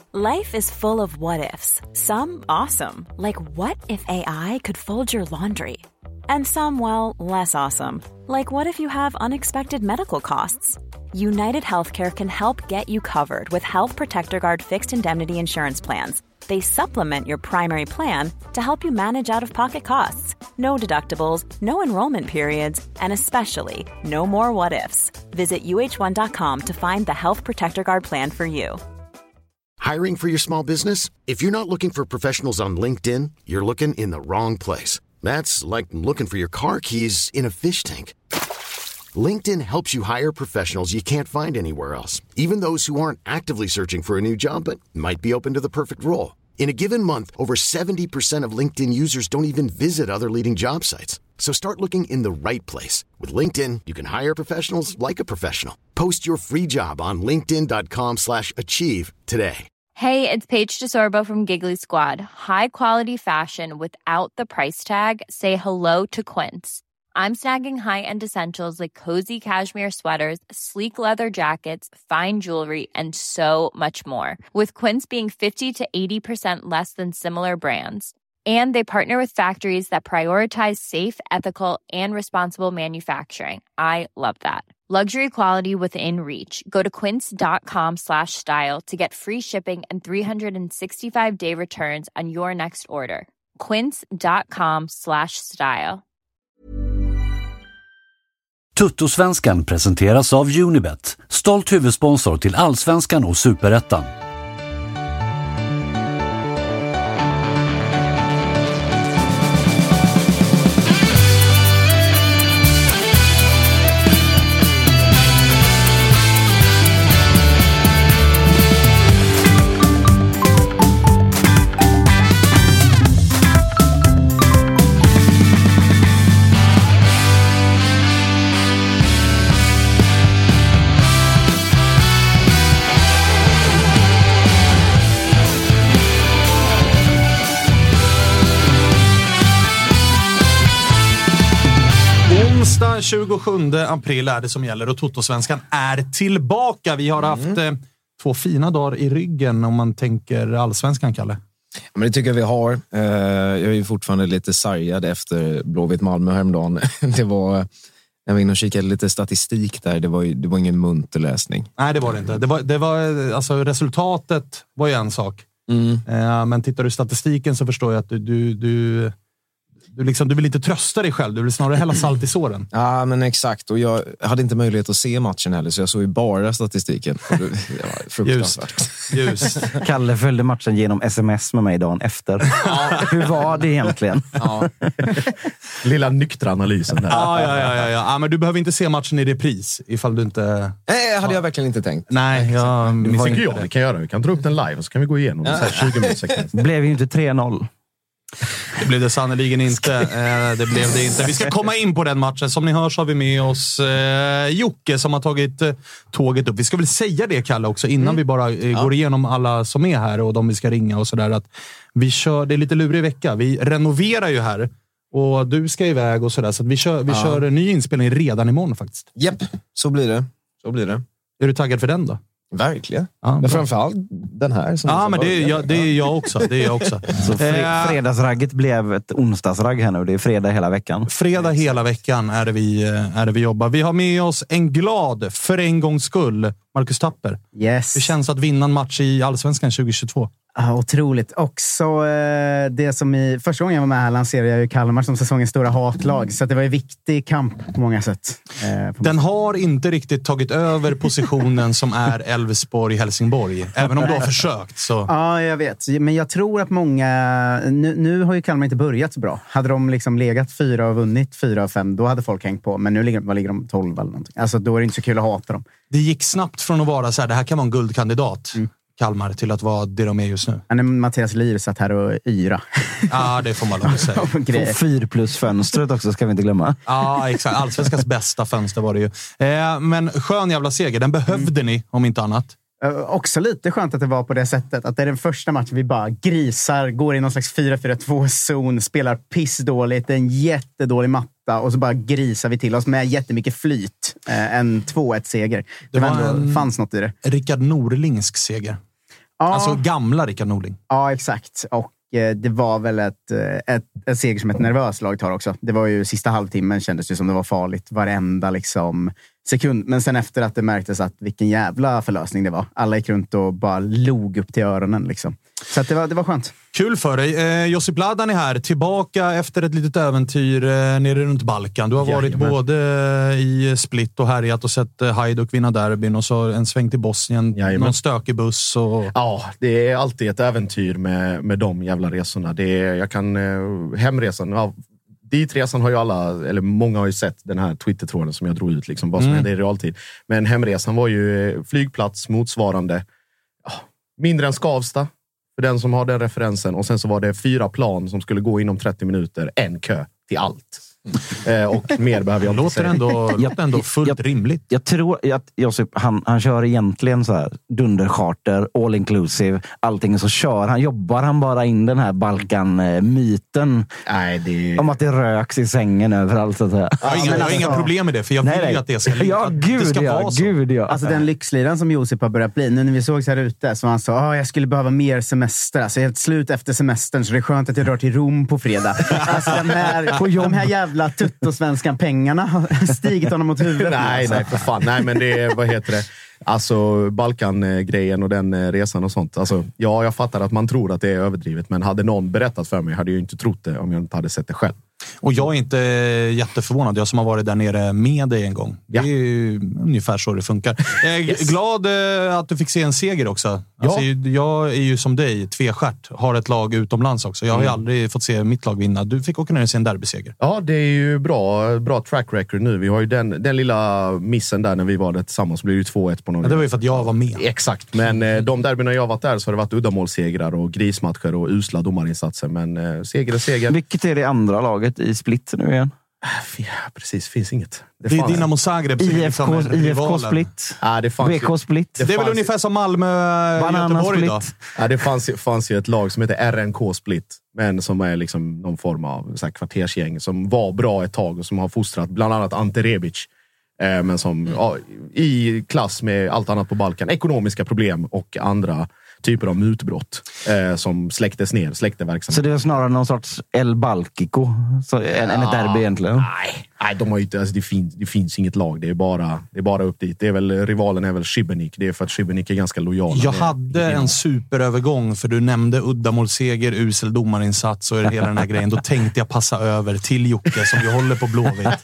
Life is full of what-ifs. Some awesome, like what if AI could fold your laundry? And some, well, less awesome, like what if you have unexpected medical costs? United Healthcare can help get you covered with Health Protector Guard fixed indemnity insurance plans. They supplement your primary plan to help you manage out-of-pocket costs. No deductibles, no enrollment periods, and especially no more what-ifs. Visit uh1.com to find the Health Protector Guard plan for you. Hiring for your small business? If you're not looking for professionals on LinkedIn, you're looking in the wrong place. That's like looking for your car keys in a fish tank. LinkedIn helps you hire professionals you can't find anywhere else, even those who aren't actively searching for a new job but might be open to the perfect role. In a given month, over 70% of LinkedIn users don't even visit other leading job sites. So start looking in the right place. With LinkedIn, you can hire professionals like a professional. Post your free job on linkedin.com/achieve today. Hey, it's Paige DeSorbo from Giggly Squad. High quality fashion without the price tag. Say hello to Quince. I'm snagging high-end essentials like cozy cashmere sweaters, sleek leather jackets, fine jewelry, and so much more. With Quince being 50 to 80% less than similar brands. And they partner with factories that prioritize safe, ethical, and responsible manufacturing. I love that. Luxury quality within reach. Go to quince.com/style to get free shipping and 365-day returns on your next order. Quince.com/style. Tuttosvenskan presenteras av Unibet, stolt huvudsponsor till Allsvenskan och Superettan. Onsdag 27 april är det som gäller och Totosvenskan är tillbaka. Vi har haft 2 fina dagar i ryggen om man tänker Allsvenskan, Kalle. Men det tycker jag vi har. Jag är ju fortfarande lite sargad efter Blåvitt Malmö häromdagen. Jag var inne och kikade lite statistik där. Det var ingen munterläsning. Nej, det var det inte. Det var alltså, resultatet var ju en sak. Men tittar du statistiken så förstår jag att du vill inte trösta dig själv. Du vill snarare hälla salt i såren. Ja, men exakt. Och jag hade inte möjlighet att se matchen heller, så jag såg ju bara statistiken. Det var fruktansvärt. Just. Kalle följde matchen genom sms med mig dagen efter. Hur var det egentligen? Ja. Lilla nyktra analysen där. Ja, men du behöver inte se matchen i repris ifall du inte... Nej, hade jag verkligen inte tänkt. Nej, det tycker jag vi kan göra. Vi kan dra upp den live och så kan vi gå igenom så här 20 minuter. Det blev ju inte 3-0. Det blev det sannoliken inte. Det blev det inte. Vi ska komma in på den matchen. Som ni hör så har vi med oss Jocke som har tagit tåget upp. Vi ska väl säga det, Kalle, också innan vi bara går igenom alla som är här och de vi ska ringa och sådär. Att vi kör, det är lite lurig vecka. Vi renoverar ju här och du ska iväg och sådär. Så att vi kör en ny inspelning redan imorgon faktiskt. Japp, så blir det. Är du taggad för den då? Verkligen. Men framförallt den här. Men det är jag också. Så fredagsragget blev ett onsdagsragg här nu. Det är fredag hela veckan. Fredag hela veckan är det vi jobbar. Vi har med oss en glad, för en gångs skull, Marcus Tapper. Yes. Det känns att vinna en match i Allsvenskan 2022. Ja, otroligt. Också det som i första gången jag var med här lanserade jag ju Kalmar som säsongens stora hatlag. Så att det var en viktig kamp på många sätt. Den har inte riktigt tagit över positionen som är Elfsborg-Helsingborg. Även om du har försökt. Så. Ja, jag vet. Men jag tror att många... Nu har ju Kalmar inte börjat så bra. Hade de liksom legat 4 och vunnit 4 av 5, då hade folk hängt på. Men nu ligger de 12 eller någonting. Alltså då är det inte så kul att hata dem. Det gick snabbt från att vara så här, det här kan vara en guldkandidat. Kalmar till att vara det de är just nu. Mattias Lyr satt här och yra. Ja, det får man lov att säga. 4+-fönstret också, ska vi inte glömma. Ja, exakt. Allsvenskans bästa fönster var det ju. Men skön jävla seger, den behövde ni om inte annat. Också lite skönt att det var på det sättet. Att det är den första matchen vi bara grisar, går i någon slags 4-4-2-zon, spelar pissdåligt, en jättedålig matta och så bara grisar vi till oss med jättemycket flyt. En 2-1-seger. Det fanns något i det. Rickard Norlingsk seger. Alltså gamla Rickard Norling. Ja, exakt. Och det var väl ett seger som ett nervöst lag tar också. Det var ju sista halvtimmen kändes det som det var farligt. Varenda liksom sekund. Men sen efter att det märktes att vilken jävla förlösning det var. Alla gick runt och bara log upp till öronen liksom. Så att det var skönt. Kul för dig. Josip Ladan är här. Tillbaka efter ett litet äventyr nere runt Balkan. Du har varit både i Split och härjat och sett Hajduk vinna derbyn och så en sväng till Bosnien. Någon stökig buss. Och... Ja, det är alltid ett äventyr med de jävla resorna. Hemresan... Ja, ditresan har ju alla, eller många har ju sett den här Twitter-tråden som jag drog ut liksom, vad som hände i realtid. Men hemresan var ju flygplats motsvarande mindre än Skavsta. För den som har den referensen. Och sen så var det 4 plan som skulle gå inom 30 minuter. En kö till allt. Och mer behöver jag inte säga. Låter ändå fullt rimligt. Jag tror att Josip, han kör egentligen så här dundercharter, all inclusive, allting. Så jobbar han bara in den här Balkan-myten. Nej, om att det röks i sängen överallt. Så här. Jag har inga problem med det, för jag vill ju att det ska vara så. Gud. Alltså den lyxliran som Josip har börjat bli. Nu när vi sågs här ute så han sa jag skulle behöva mer semester. Alltså jag är helt slut efter semestern, så det är skönt att jag drar till Rom på fredag. Alltså de här jävla tuttosvenskan pengarna har stigit honom mot huvudet. Nej, för fan. Nej, men det är, vad heter det? Alltså Balkan-grejen och den resan och sånt. Alltså, ja, jag fattar att man tror att det är överdrivet, men hade någon berättat för mig hade jag ju inte trott det om jag inte hade sett det själv. Och jag är inte jätteförvånad. Jag som har varit där nere med dig en gång. Ja. Det är ju ungefär så det funkar. Jag är glad att du fick se en seger också. Alltså, jag är ju som dig, tvestjärt. Har ett lag utomlands också. Jag har ju aldrig fått se mitt lag vinna. Du fick åka ner och se en derbyseger. Ja, det är ju bra track record nu. Vi har ju den lilla missen där när vi var där tillsammans. Så blev det ju 2-1 på någon. Ja, det var ju för att jag var med. Exakt, men de derbyna jag varit där så har det varit uddamålssegrar och grismatcher och usla domarinsatser. Men seger är seger. Vilket är det andra laget i Split nu igen? Ja, precis, finns inget. Det är Dinamo Zagreb. IFK Split. Ja, det fanns BK Split. Det är väl ungefär som Malmö Göteborg då. Ja, det fanns ju ett lag som heter RNK Split, men som är liksom någon form av så här kvartersgäng som var bra ett tag och som har fostrat bland annat Ante Rebic. Men som i klass med allt annat på Balkan. Ekonomiska problem och andra typer av mutbrott som släckte verksamheten. Så det är snarare någon sorts El Balkico än ett derby egentligen? Nej, de har ju inte, alltså det finns inget lag. Det är bara upp dit. Det är väl, rivalen är väl Šibenik. Det är för att Šibenik är ganska lojala. Jag hade en superövergång, för du nämnde uddamålsseger, usel domarinsats och hela den här grejen. Då tänkte jag passa över till Jocke som ju håller på Blåvitt.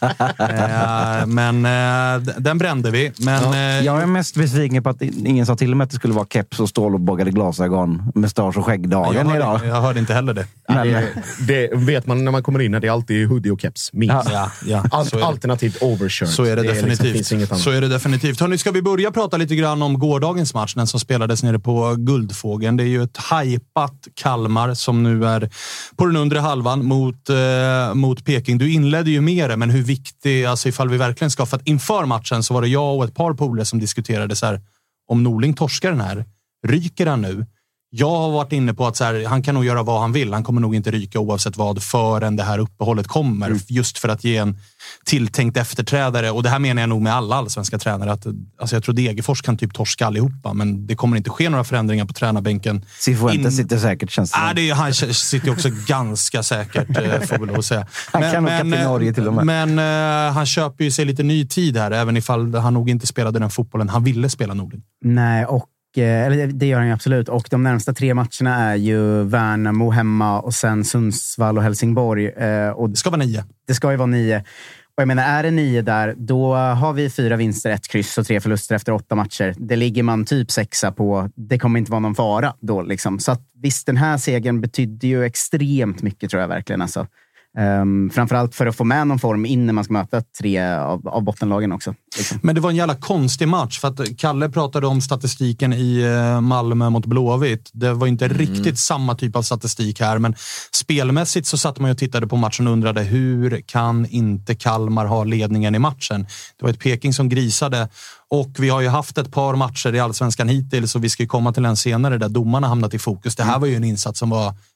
Men den brände vi. Men, jag är mest besviken på att ingen sa till mig att det skulle vara keps och stål och bågade glasögon, mustasch och skäggdagen idag. Jag hörde inte heller det. Det vet man när man kommer in. Det är alltid hoodie och keps. Minst. Ja. Alternativt overshirt. Så är det definitivt. Liksom, så är det definitivt. Hörrni, ska vi börja prata lite grann om gårdagens match, den som spelades nere på Guldfågeln. Det är ju ett hypat Kalmar som nu är på den undre halvan mot Peking. Du inledde ju med det, men hur viktig, alltså ifall vi verkligen ska, för att inför matchen så var det jag och ett par polare som diskuterade så här, om Norling torskar den här, ryker han nu? Jag har varit inne på att så här, han kan nog göra vad han vill. Han kommer nog inte ryka oavsett vad förrän det här uppehållet kommer. Just för att ge en tilltänkt efterträdare. Och det här menar jag nog med alla allsvenska tränare. Att, alltså jag tror Degerfors kan typ torska allihopa. Men det kommer inte ske några förändringar på tränarbänken. Cifuentes sitter säkert, känns det. Han sitter också ganska säkert, får vi lov att säga. Han kan nog kapten Norge till och med. Men han köper ju sig lite ny tid här. Även ifall han nog inte spelade den fotbollen han ville spela Norling. Nej, och eller det gör han ju absolut. Och de närmsta 3 matcherna är ju Värnamo hemma och sen Sundsvall och Helsingborg. Och det ska vara 9. Det ska ju vara 9. Och jag menar, är det 9 där, då har vi 4 vinster, 1 kryss och 3 förluster efter 8 matcher. Det ligger man typ 6 på. Det kommer inte vara någon fara då liksom. Så att visst, den här segern betydde ju extremt mycket, tror jag verkligen. Alltså. Framförallt för att få med någon form in när man ska möta 3 av bottenlagen också. Liksom. Men det var en jävla konstig match, för att Kalle pratade om statistiken i Malmö mot Blåvitt. Det var inte riktigt samma typ av statistik här, men spelmässigt så satt man och tittade på matchen och undrade, hur kan inte Kalmar ha ledningen i matchen? Det var ett Peking som grisade, och vi har ju haft ett par matcher i Allsvenskan hittills, och vi ska ju komma till en senare där domarna hamnat i fokus. Det här var ju en insats som var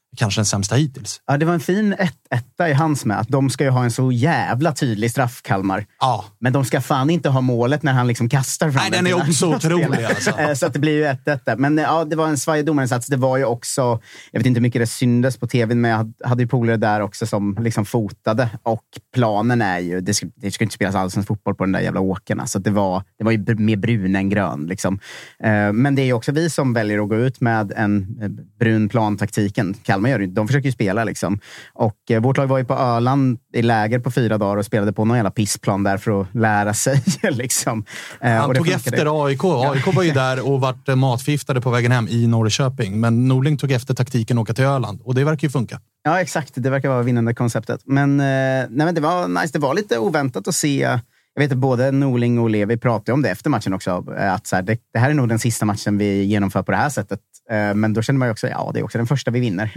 kanske den sämsta hittills. Ja, det var en fin 1-1 i hans med. Att de ska ju ha en så jävla tydlig straff, Kalmar. Ja. Men de ska fan inte ha målet när han liksom kastar fram. Nej, den är också otrolig. Alltså. Så att det blir ju 1-1. Men ja, det var en svajig domarinsats. Det var ju också, jag vet inte hur mycket det syndes på tv, men jag hade ju polare där också som liksom fotade. Och planen är ju, det ska inte spelas allsens fotboll på den där jävla åken. Så det var ju mer brun än grön. Liksom. Men det är ju också vi som väljer att gå ut med en brun plantaktiken. Kalmar gör det, de försöker ju spela liksom. Och vårt lag var ju på Öland i läger på 4 dagar och spelade på någon jävla pissplan där för att lära sig liksom. Han tog efter AIK. AIK var ju där och vart matfiftade på vägen hem i Norrköping. Men Norling tog efter taktiken och åka till Öland. Och det verkar ju funka. Ja, exakt. Det verkar vara vinnande konceptet. Men det var nice. Det var lite oväntat att se. Jag vet att både Norling och Levi pratade om det efter matchen också. Att så här, det här är nog den sista matchen vi genomför på det här sättet. Men då känner man ju också, ja, det är också den första vi vinner.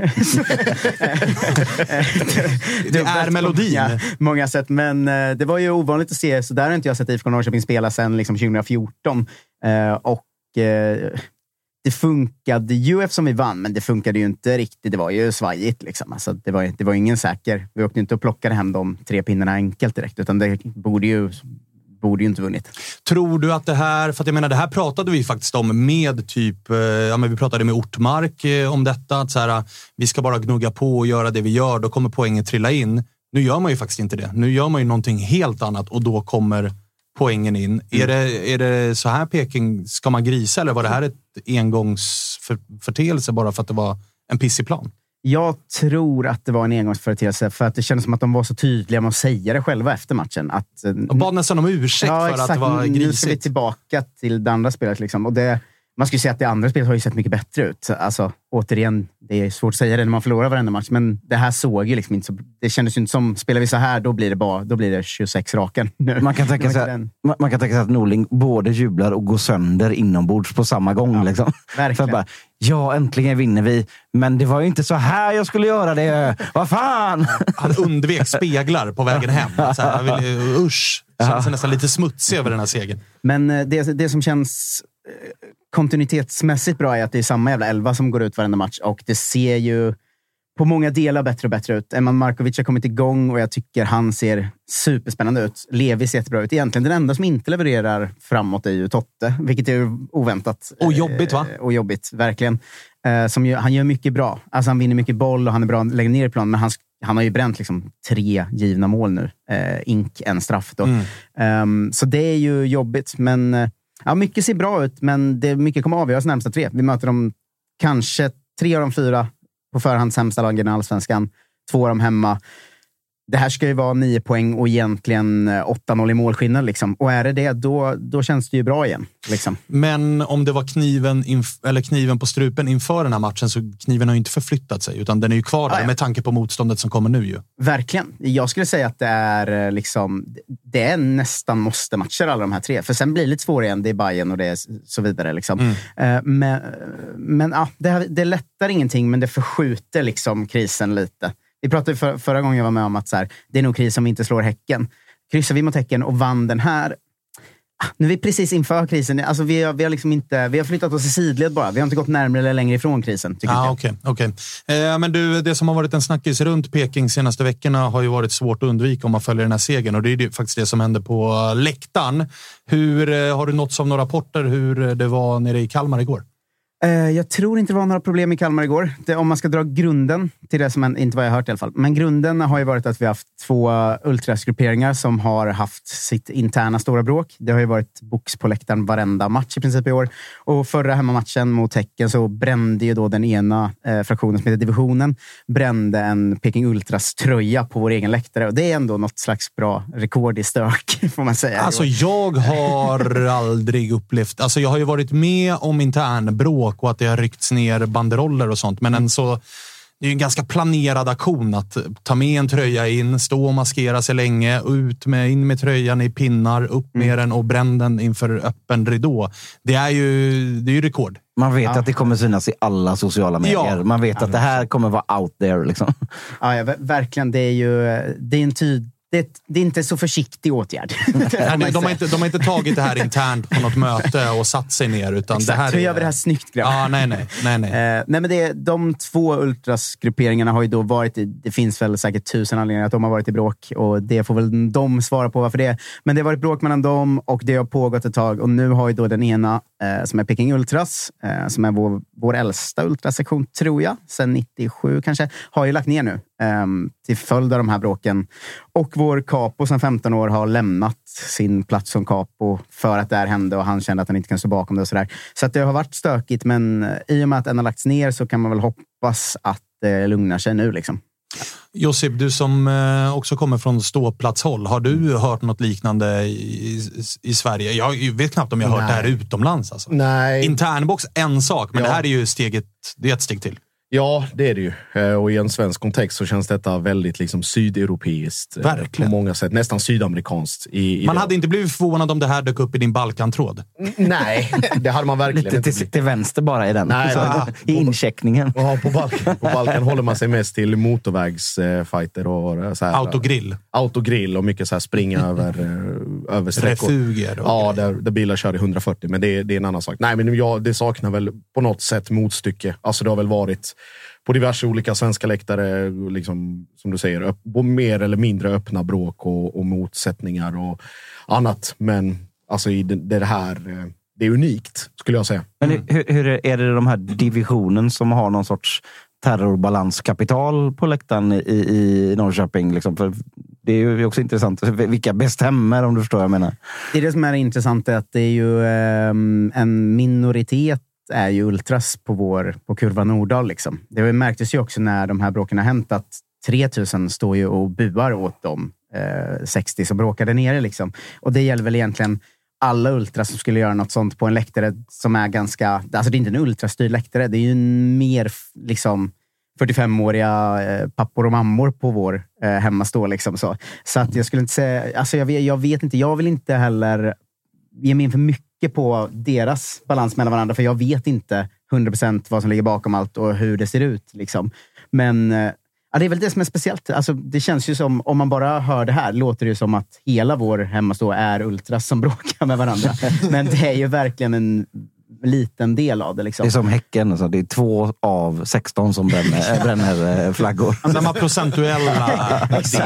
det är melodin. Många sätt, men det var ju ovanligt att se. Så där har inte jag sett IFK Norrköping spela sedan liksom 2014. Det funkade ju eftersom vi vann, men det funkade ju inte riktigt. Det var ju svajigt liksom. Alltså, det var ingen säker. Vi åkte inte och plockade hem de 3 pinnarna enkelt direkt, utan det borde ju inte vunnit. Tror du att det här, för att jag menar, det här pratade vi faktiskt om med typ, men vi pratade med Ortmark om detta, att så här, vi ska bara gnugga på och göra det vi gör, då kommer poängen trilla in. Nu gör man ju faktiskt inte det. Nu gör man ju någonting helt annat och då kommer poängen in. Är det så här Peking, ska man grisa, eller var det här ett engångsförteelse bara för att det var en pissig plan? Jag tror att det var en engångsföreteelse för att det kändes som att de var så tydliga med att säga det själva efter matchen. De bad nästan om ursäkt för att det var grisigt. Nu ska vi tillbaka till det andra spelet. Liksom. Och man skulle säga att det andra spelet har ju sett mycket bättre ut. Alltså, återigen, det är svårt att säga det när man förlorar varenda match. Men det här såg ju liksom inte så... Det kändes ju inte som, spelar vi så här, då blir det 26 raken. Man kan tänka sig att Norling både jublar och går sönder inombords på samma gång. Ja, liksom. Verkligen. För bara, ja, äntligen vinner vi. Men det var ju inte så här jag skulle göra det. Vad fan? Han undvek speglar på vägen hem. Så här, han ville, usch. Känns nästan lite smutsig över den här segern. Men det som känns kontinuitetsmässigt bra är att det är samma jävla 11 som går ut varenda match. Och det ser ju på många delar bättre och bättre ut. Eman Markovic har kommit igång och jag tycker han ser superspännande ut. Levi ser jättebra ut. Egentligen den enda som inte levererar framåt är ju Totte, vilket är oväntat. Och jobbigt, va? Och jobbigt, verkligen. Han gör mycket bra. Alltså han vinner mycket boll och han är bra att lägga ner i plan. Men han har ju bränt liksom 3 givna mål nu. En straff då. Så det är ju jobbigt. Men ja, mycket ser bra ut, men mycket kommer avgöras närmsta 3. Vi möter dem kanske 3 av de 4 på förhand sämsta lagen i Allsvenskan. 2 av dem hemma. Det här ska ju vara 9 poäng och egentligen 8-0 i målskillnad. Liksom. Och är det, då känns det ju bra igen. Liksom. Men om det var kniven på strupen inför den här matchen, så kniven har ju inte förflyttat sig, utan den är ju kvar där med tanke på motståndet som kommer nu ju. Verkligen. Jag skulle säga att det är nästan måste-matcher alla de här 3. För sen blir det lite svårare igen. Det är Bayern och det är så vidare. Liksom. Men det lättar ingenting, men det förskjuter liksom krisen lite. Vi pratade förra gången jag var med om att så här, det är nog kris om vi inte slår Häcken. Kryssar vi mot Häcken och vann den här. Nu är vi precis inför krisen. Alltså vi har flyttat oss i sidled bara. Vi har inte gått närmare eller längre ifrån krisen, tycker jag. Okej. Men du, det som har varit en snackis runt Peking senaste veckorna har ju varit svårt att undvika om man följer den här segern. Och det är ju faktiskt det som hände på läktaren. Har du nåtts av några rapporter hur det var nere i Kalmar igår? Jag tror inte det var några problem i Kalmar igår. Om man ska dra grunden till det som inte vad jag hört i alla fall. Men grunden har ju varit att vi har haft 2 ultrasgrupperingar som har haft sitt interna stora bråk. Det har ju varit box på läktaren varenda match i princip i år. Och förra hemmamatchen mot Häcken så brände ju då den ena fraktionen som heter Divisionen brände en Peking Ultras tröja på vår egen läktare. Och det är ändå något slags bra rekord i stök, får man säga. Alltså jag har aldrig upplevt... Alltså jag har ju varit med om intern bråk och att det har ryckts ner banderoller och sånt. Men det är ju en ganska planerad aktion att ta med en tröja in, stå och maskera sig länge, in med tröjan i pinnar, upp med den och bränn den inför öppen ridå. Det är ju rekord. Man vet att det kommer synas i alla sociala medier. Man vet att det här kommer vara out there. Liksom. Ja, verkligen. Det är en det är inte så försiktig åtgärd. De har inte tagit det här internt på något möte och satt sig ner. Utan exakt, det här hur gör vi det här snyggt? Nej. Men de 2 ultrasgrupperingarna har ju då varit det finns väl säkert 1000 anledningar att de har varit i bråk. Och det får väl de svara på varför det är. Men det har varit bråk mellan dem och det har pågått ett tag. Och nu har ju då den ena som är Peking Ultras, som är vår äldsta ultrasektion, tror jag, sen 97 kanske, har ju lagt ner nu till följd av de här bråken. Och vår capo som 15 år har lämnat sin plats som capo för att det här hände och han kände att han inte kan stå bakom det och sådär. Så att det har varit stökigt, men i och med att den har lagts ner så kan man väl hoppas att det lugnar sig nu liksom. Josip, du som också kommer från ståplatshåll, har du hört något liknande i Sverige? Jag vet knappt om jag har hört det här utomlands. Alltså. Nej. Internbox, en sak, men det här är ju det är ett steg till. Ja, det är det ju. Och i en svensk kontext så känns detta väldigt liksom sydeuropeiskt. Verkligen. På många sätt. Nästan sydamerikanskt. Man hade inte blivit förvånad om det här dök upp i din Balkantråd. Nej, det hade man verkligen inte. Lite till vänster bara i den. Nej, i incheckningen. Ja, på Balkan håller man sig mest till motorvägsfighter och så här. Autogrill och mycket så här springa över sträckor. Refuger. Ja, där bilar kör i 140. Men det är en annan sak. Nej, men det saknar väl på något sätt motstycke. Alltså det har väl varit på diverse olika svenska läktare, liksom, som du säger, mer eller mindre öppna bråk och motsättningar och annat. Men alltså det här, det är unikt, skulle jag säga. Men hur är det de här divisionen som har någon sorts terrorbalanskapital på läktaren i Norrköping? Liksom? För det är ju också intressant. Vilka bestämmer, om du förstår vad jag menar? Det är det som är intressant, är att det är ju en minoritet är ju ultras på Kurva Nordahl liksom. Det märktes ju också när de här bråken har hänt att 3000 står ju och buar åt dem 60 som bråkade nere liksom. Och det gäller väl egentligen alla ultras som skulle göra något sånt på en läktare som är ganska, alltså det är inte en ultrastyrd läktare, det är ju mer liksom 45-åriga pappor och mammor på vår hemmastå liksom så att jag skulle inte säga, alltså jag vet inte, jag vill inte heller ge mig in för mycket på deras balans mellan varandra, för jag vet inte 100% vad som ligger bakom allt och hur det ser ut liksom. Men ja, det är väl det som är speciellt. Alltså, det känns ju som, om man bara hör det här, låter det ju som att hela vår hemmastå är ultras som bråkar med varandra. Men det är ju verkligen en liten del av det liksom. Det är som Häcken, alltså. Det är 2 av 16 som bränner flaggor. Samma procentuella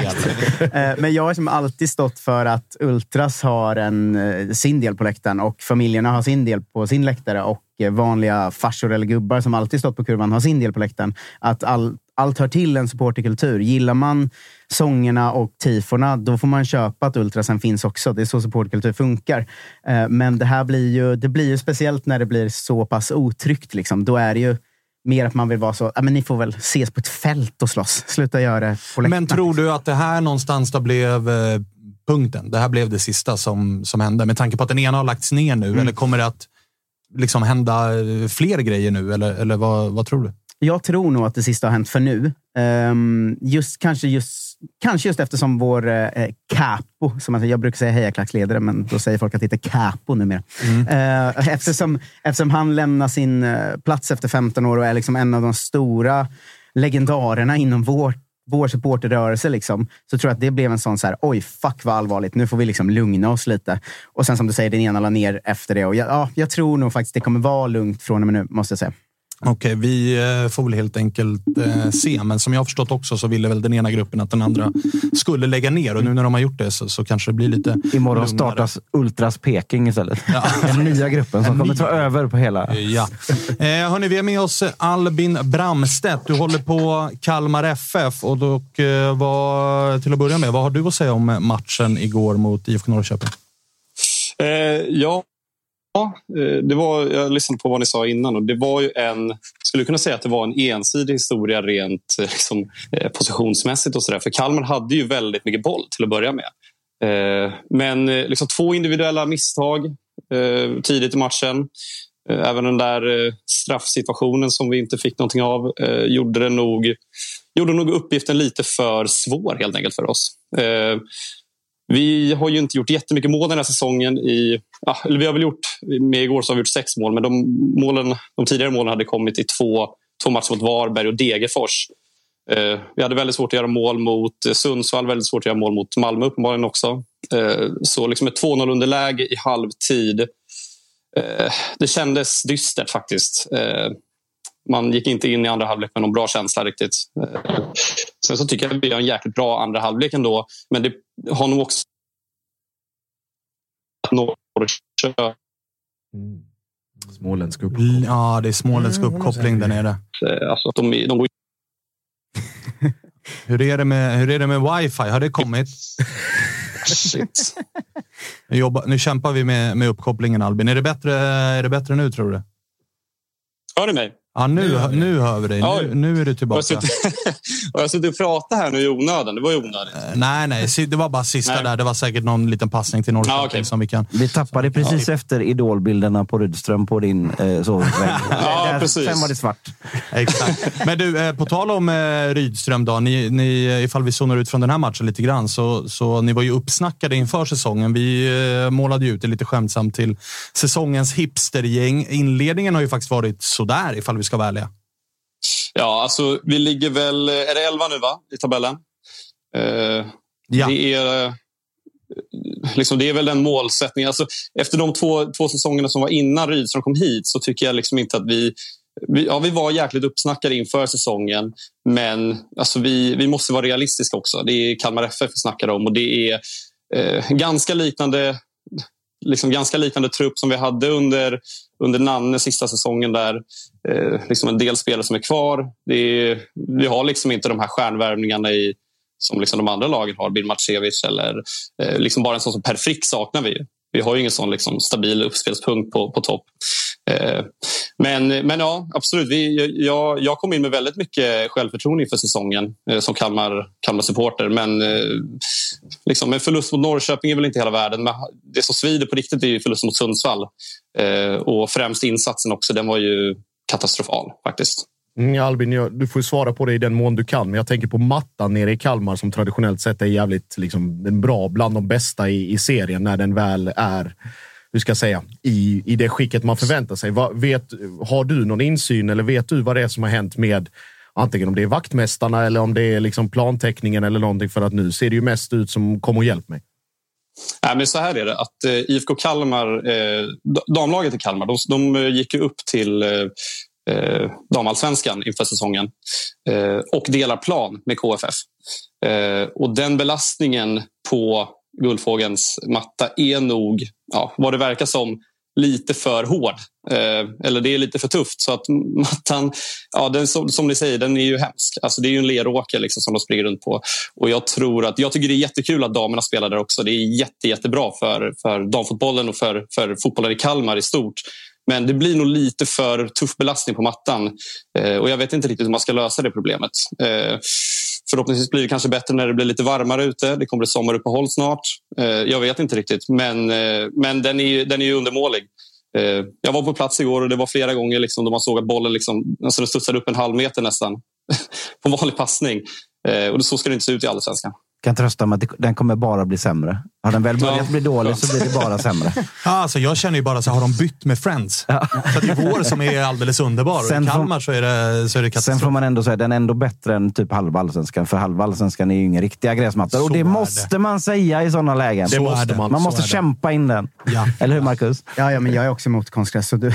del. Men jag har som alltid stått för att ultras har sin del på läktaren och familjerna har sin del på sin läktare och vanliga farsor eller gubbar som alltid stått på kurvan har sin del på läktaren. Att allt hör till en supporterkultur. Gillar man sångerna och tiforna, då får man köpa att ultrasen finns också. Det är så supporterkultur funkar. Men det här blir ju speciellt när det blir så pass otryggt liksom. Då är det ju mer att man vill vara så, men ni får väl ses på ett fält och slåss. Sluta göra det på läktaren. Men tror du att det här någonstans då blev punkten? Det här blev det sista som hände. Med tanke på att den ena har lagts ner nu. Eller kommer det att liksom hända fler grejer nu? Eller vad tror du? Jag tror nog att det sista har hänt för nu. Kanske just eftersom vår capo, som jag brukar säga hejaklacksledare, men då säger folk att det heter capo numera. Eftersom han lämnar sin plats efter 15 år och är liksom en av de stora legendarerna inom vår supporterrörelse liksom, så tror jag att det blev en sån så här, oj fuck vad allvarligt, nu får vi liksom lugna oss lite. Och sen som du säger, den ena la ner efter det. Och jag tror nog faktiskt det kommer vara lugnt från och med nu, måste jag säga. Okej, vi får väl helt enkelt se. Men som jag har förstått också så ville väl den ena gruppen att den andra skulle lägga ner. Och nu när de har gjort det så kanske det blir lite imorgon lugnare. Startas Ultras Peking istället. Ja. Den nya gruppen som kommer ta över på hela. Ja. Hörni, vi är med oss Albin Bramstedt. Du håller på Kalmar FF. Och till att börja med, vad har du att säga om matchen igår mot IFK Norrköping? Jag lyssnade på vad ni sa innan och det var ju skulle kunna säga att det var en ensidig historia rent liksom, positionsmässigt och sådär. För Kalmar hade ju väldigt mycket boll till att börja med. Men liksom 2 individuella misstag tidigt i matchen. Även den där straffsituationen som vi inte fick någonting av gjorde nog uppgiften lite för svår helt enkelt för oss. Vi har ju inte gjort jättemycket mål den här säsongen. Eller vi har väl gjort, med igår så har vi gjort 6 mål. Men de tidigare målen hade kommit i två matcher mot Varberg och Degerfors. Vi hade väldigt svårt att göra mål mot Sundsvall, väldigt svårt att göra mål mot Malmö uppenbarligen också. Så liksom ett 2-0 underläge i halvtid. Det kändes dystert faktiskt. Man gick inte in i andra halvlek med någon bra känsla riktigt. Sen så tycker jag att vi har en jäkligt bra andra halvlek ändå. Men det har nog också Småländsk uppkoppling. Ja, det är småländsk uppkoppling där nere. Alltså, de går... Hur är det med wifi? Har det kommit? Shit. Nu kämpar vi med uppkopplingen, Albin. Är det bättre nu, tror du? Hör ni mig? Ja, nu hör vi dig. Nu är du tillbaka. Jag har suttit och pratat här nu i onödan. Det var ju onödigt. Nej. Det var bara sista där. Det var säkert någon liten passning till Norrköping som vi kan... Vi tappade precis efter idolbilderna på Rydström på din sovvägg. Precis. Sen var det svart. Exakt. Men du, på tal om Rydström då. Ni, ifall vi zonar ut från den här matchen lite grann, så ni var ju uppsnackade inför säsongen. Vi målade ju ut det lite skämtsamt till säsongens hipstergäng. Inledningen har ju faktiskt varit sådär, ifall vi ska vara ärliga. Ja, alltså vi ligger väl... Är det 11 nu, va? I tabellen? Ja. Det är väl den målsättningen. Alltså, efter de två säsongerna som var innan Rydström kom hit, så tycker jag liksom inte att vi var jäkligt uppsnackade inför säsongen. Men alltså, vi måste vara realistiska också. Det är Kalmar FF vi snackar om. Och det är ganska liknande trupp som vi hade under Nanne sista säsongen där. Liksom en del spelare som är kvar. Vi har liksom inte de här stjärnvärvningarna som liksom de andra lagen har. Bill Matsevic eller liksom bara en sån som Per Frick saknar vi. Vi har ju ingen sån liksom stabil uppspelspunkt på topp. Men ja, absolut. Jag kom in med väldigt mycket självförtroende inför säsongen som Kalmar-supporter. Men liksom en förlust mot Norrköping är väl inte hela världen. Men det som svider på riktigt är ju förlust mot Sundsvall. Och främst insatsen också, den var ju katastrofal faktiskt. Albin, du får svara på det i den mån du kan. Men jag tänker på mattan nere i Kalmar som traditionellt sett är jävligt liksom, bra, bland de bästa i serien när den väl är, hur ska jag säga, i det skicket man förväntar sig. Har du någon insyn eller vet du vad det är som har hänt med antingen om det är vaktmästarna eller om det är liksom planteckningen eller någonting, för att nu ser det ju mest ut som kom och hjälp mig. Nej, men så här är det att IFK Kalmar, damlaget i Kalmar, de gick ju upp till damallsvenskan inför säsongen och delar plan med KFF. Och den belastningen på Guldfågens matta är nog, vad det verkar som, lite för hård. Eller det är lite för tufft. Så att mattan, den, som ni säger, den är ju hemsk. Alltså det är ju en leråker liksom, som de springer runt på. Och jag tycker det är jättekul att damerna spelar där också. Det är jättebra för damfotbollen och för fotbollen i Kalmar i stort. Men det blir nog lite för tuff belastning på mattan. Och jag vet inte riktigt hur man ska lösa det problemet. Förhoppningsvis blir det kanske bättre när det blir lite varmare ute. Det kommer ett sommaruppehåll snart. Jag vet inte riktigt. Men den är ju undermålig. Jag var på plats igår och det var flera gånger liksom, då man såg att bollen liksom, alltså den studsade upp en halv meter nästan på vanlig passning. Och så ska det inte se ut i Allsvenskan. Kan trösta med att den kommer bara bli sämre. Har den väl börjat bli dålig så blir det bara sämre. Alltså jag känner ju bara så har de bytt med Friends. Ja. Så det är vår som är alldeles underbar. Och i Kalmar så är det katastrof. Sen får man ändå säga den är ändå bättre än typ halva Allsvenskan. För halva Allsvenskan är ju inga riktiga gräsmattor. Och det måste man säga i sådana lägen. Det måste man måste kämpa in den. Ja. Eller hur, Marcus? Ja, men jag är också emot konstgräs. Så det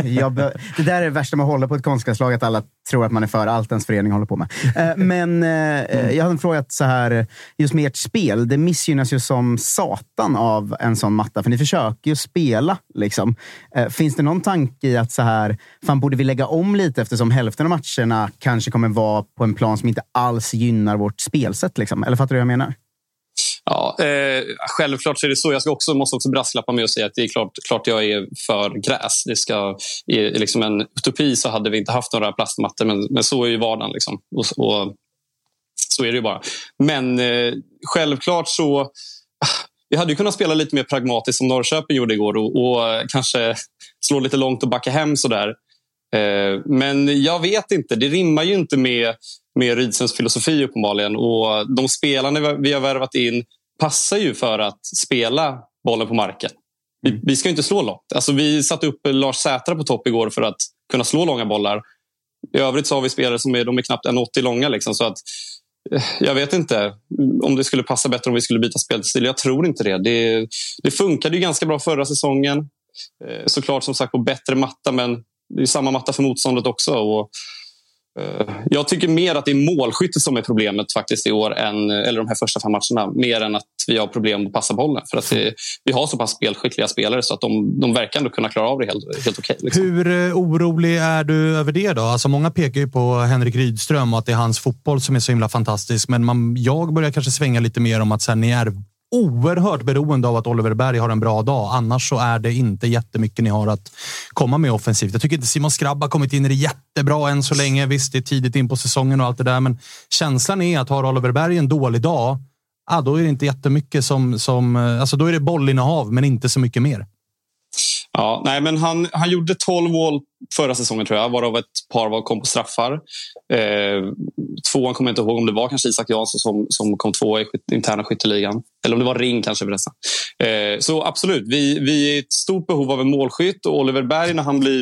där är det värsta med att hålla på ett konstgräslag, att alla tror att man är för allt ens förening håller på med. Men jag har en fråga så här, just med ert spel, det missgynnas ju som satan av en sån matta, för ni försöker ju spela liksom. Finns det någon tanke i att så här, fan borde vi lägga om lite eftersom hälften av matcherna kanske kommer vara på en plan som inte alls gynnar vårt spelsätt liksom? Eller fattar du vad jag menar? Ja, självklart så är det så. Jag måste också brasklappa med och säga att det är klart jag är för gräs. Det ska, i liksom en utopi så hade vi inte haft några plastmattor, men så är ju vardagen liksom. Och så är det ju bara. Men självklart så vi hade ju kunnat spela lite mer pragmatiskt som Norrköping gjorde igår och kanske slå lite långt och backa hem sådär. Men jag vet inte, det rimmar ju inte med Rydströms filosofi uppenbarligen, och de spelarna vi har värvat in passar ju för att spela bollen på marken. Vi ska ju inte slå långt. Alltså, vi satte upp Lars Sätra på topp igår för att kunna slå långa bollar. I övrigt så har vi spelare som de är knappt 1,80 långa. Liksom, så att, jag vet inte om det skulle passa bättre om vi skulle byta spelstil. Jag tror inte det. Det funkade ju ganska bra förra säsongen. Såklart som sagt på bättre matta, men det är samma matta för motståndet också. Och jag tycker mer att det är målskyttet som är problemet faktiskt i år eller de här första 5 matcherna, mer än att vi har problem att passa bollen. För att vi har så pass spelskickliga spelare så att de verkar ändå kunna klara av det helt okej. Liksom. Hur orolig är du över det då? Alltså många pekar ju på Henrik Rydström och att det är hans fotboll som är så himla fantastisk. Men jag börjar kanske svänga lite mer om att så här, ni är oerhört beroende av att Oliver Berg har en bra dag. Annars så är det inte jättemycket ni har att komma med offensivt. Jag tycker inte Simon Skrabb har kommit in i det jättebra än så länge. Visst, det är tidigt in på säsongen och allt det där. Men känslan är att har Oliver Berg en dålig dag, då är det inte jättemycket alltså då är det bollinnehav, men inte så mycket mer. Ja, nej, men han gjorde 12 mål förra säsongen tror jag, varav ett par kom på straffar. 2 kommer jag inte ihåg om det var kanske Isak Jansson som kom 2 i interna skytteligan. Eller om det var Ring kanske förresten. Så absolut, vi är i ett stort behov av en målskytt. Och Oliver Berg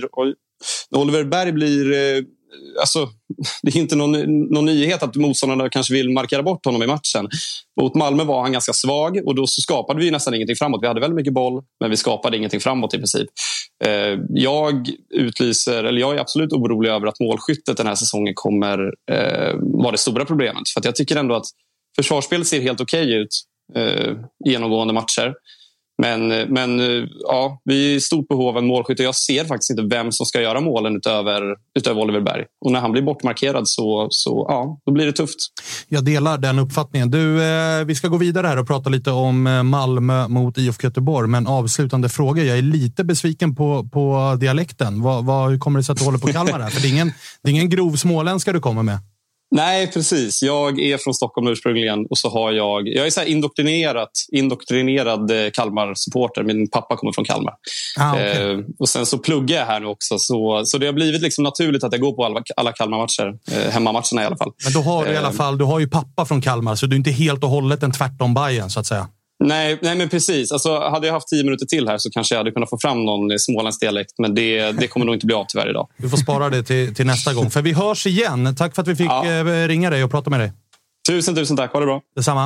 alltså, det är inte någon nyhet att motståndarna kanske vill markera bort honom i matchen. Mot Malmö var han ganska svag och då så skapade vi nästan ingenting framåt. Vi hade väldigt mycket boll, men vi skapade ingenting framåt i princip. Jag är absolut orolig över att målskyttet den här säsongen kommer vara det stora problemet. För att jag tycker ändå att försvarsspelet ser helt okej ut genomgående matcher. Men ja, vi är i stort behov av en målskytt och jag ser faktiskt inte vem som ska göra målen utöver Oliver Berg. Och när han blir bortmarkerad så då blir det tufft. Jag delar den uppfattningen. Vi ska gå vidare här och prata lite om Malmö mot IFK Göteborg. Men avslutande fråga, jag är lite besviken på dialekten. Hur kommer det sig att du håller på Kalmar här? För det är ingen grov småländska du kommer med. Nej, precis. Jag är från Stockholm ursprungligen och så har jag är så här indoktrinerad Kalmar-supporter. Min pappa kommer från Kalmar. Okay. Och sen så pluggar jag här nu också. Så det har blivit liksom naturligt att jag går på alla Kalmar-matcher. Hemmamatcherna i alla fall. Men då har du i alla fall, du har ju pappa från Kalmar så du är inte helt och hållet en tvärtom Bayern så att säga. Nej, men precis. Alltså, hade jag haft 10 minuter till här så kanske jag hade kunnat få fram någon småländsk dialekt. Men det kommer nog inte bli av tyvärr idag. Du får spara det till nästa gång. För vi hörs igen. Tack för att vi fick ringa dig och prata med dig. Tusen tack. Ha det bra. Detsamma.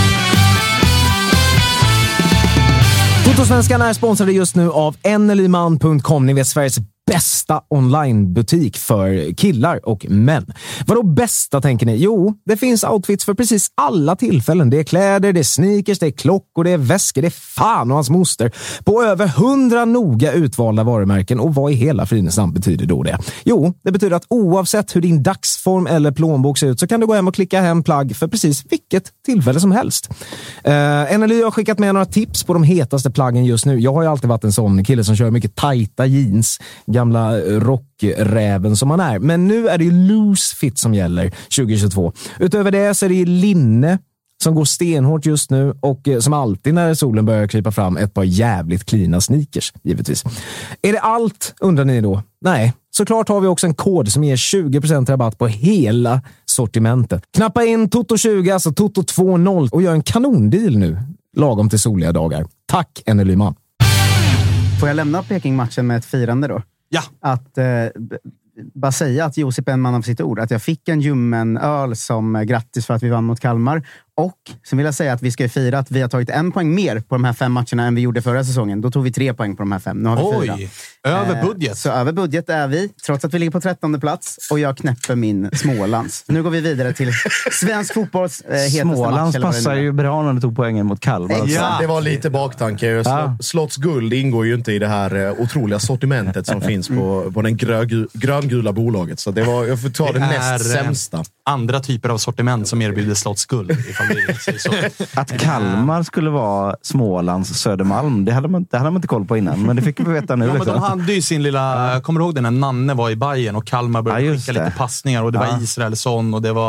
Fotosvenskan är sponsrade just nu av NLYman.com. Ni vet Sveriges bästa onlinebutik för killar och män. Vadå bästa tänker ni? Jo, det finns outfits för precis alla tillfällen. Det är kläder, det är sneakers, det är klockor, det är väskor, det är fan och hans moster. På över 100 noga utvalda varumärken. Och vad i hela fridens namn betyder då det? Jo, det betyder att oavsett hur din dagsform eller plånbok ser ut så kan du gå hem och klicka hem plagg för precis vilket tillfälle som helst. NLY har skickat med några tips på de hetaste plaggen just nu. Jag har ju alltid varit en sån kille som kör mycket tajta jeans, gamla rockräven som man är. Men nu är det ju loose fit som gäller 2022. Utöver det så är det linne som går stenhårt just nu och som alltid när solen börjar krypa fram ett par jävligt klina sneakers, givetvis. Är det allt, undrar ni då? Nej, såklart har vi också en kod som ger 20% rabatt på hela sortimentet. Knappa in Toto20, alltså Toto20 och gör en kanondeal nu, lagom till soliga dagar. Tack, NLYman. Får jag lämna Peking-matchen med ett firande då? Ja. Att bara säga att Josip är en man av sitt ord. Att jag fick en ljummen öl som grattis för att vi vann mot Kalmar. Och sen vill jag säga att vi ska fira att vi har tagit 1 poäng mer på de här 5 matcherna än vi gjorde förra säsongen. Då tog vi 3 poäng på de här 5. Nu har vi 4. Över budget. Så över budget är vi, trots att vi ligger på 13:e plats. Och jag knäpper min Smålands. Nu går vi vidare till svensk fotbolls hetaste match. Smålands passar ju bra när du tog poängen mot Kalmar. Ja, det var lite baktanke. Slotts guld ingår ju inte i det här otroliga sortimentet som finns på den gröngula bolaget. Så det var, jag får ta det näst sämsta. Andra typer av sortiment som erbjuder Slotts guld. Att Kalmar skulle vara Smålands Södermalm, det hade man inte koll på innan, men det fick vi veta nu. Ja, men de hade ju sin lilla, kommer du ihåg den när Nanne var i Bayern och Kalmar började skicka lite passningar och det var Israelsson och det var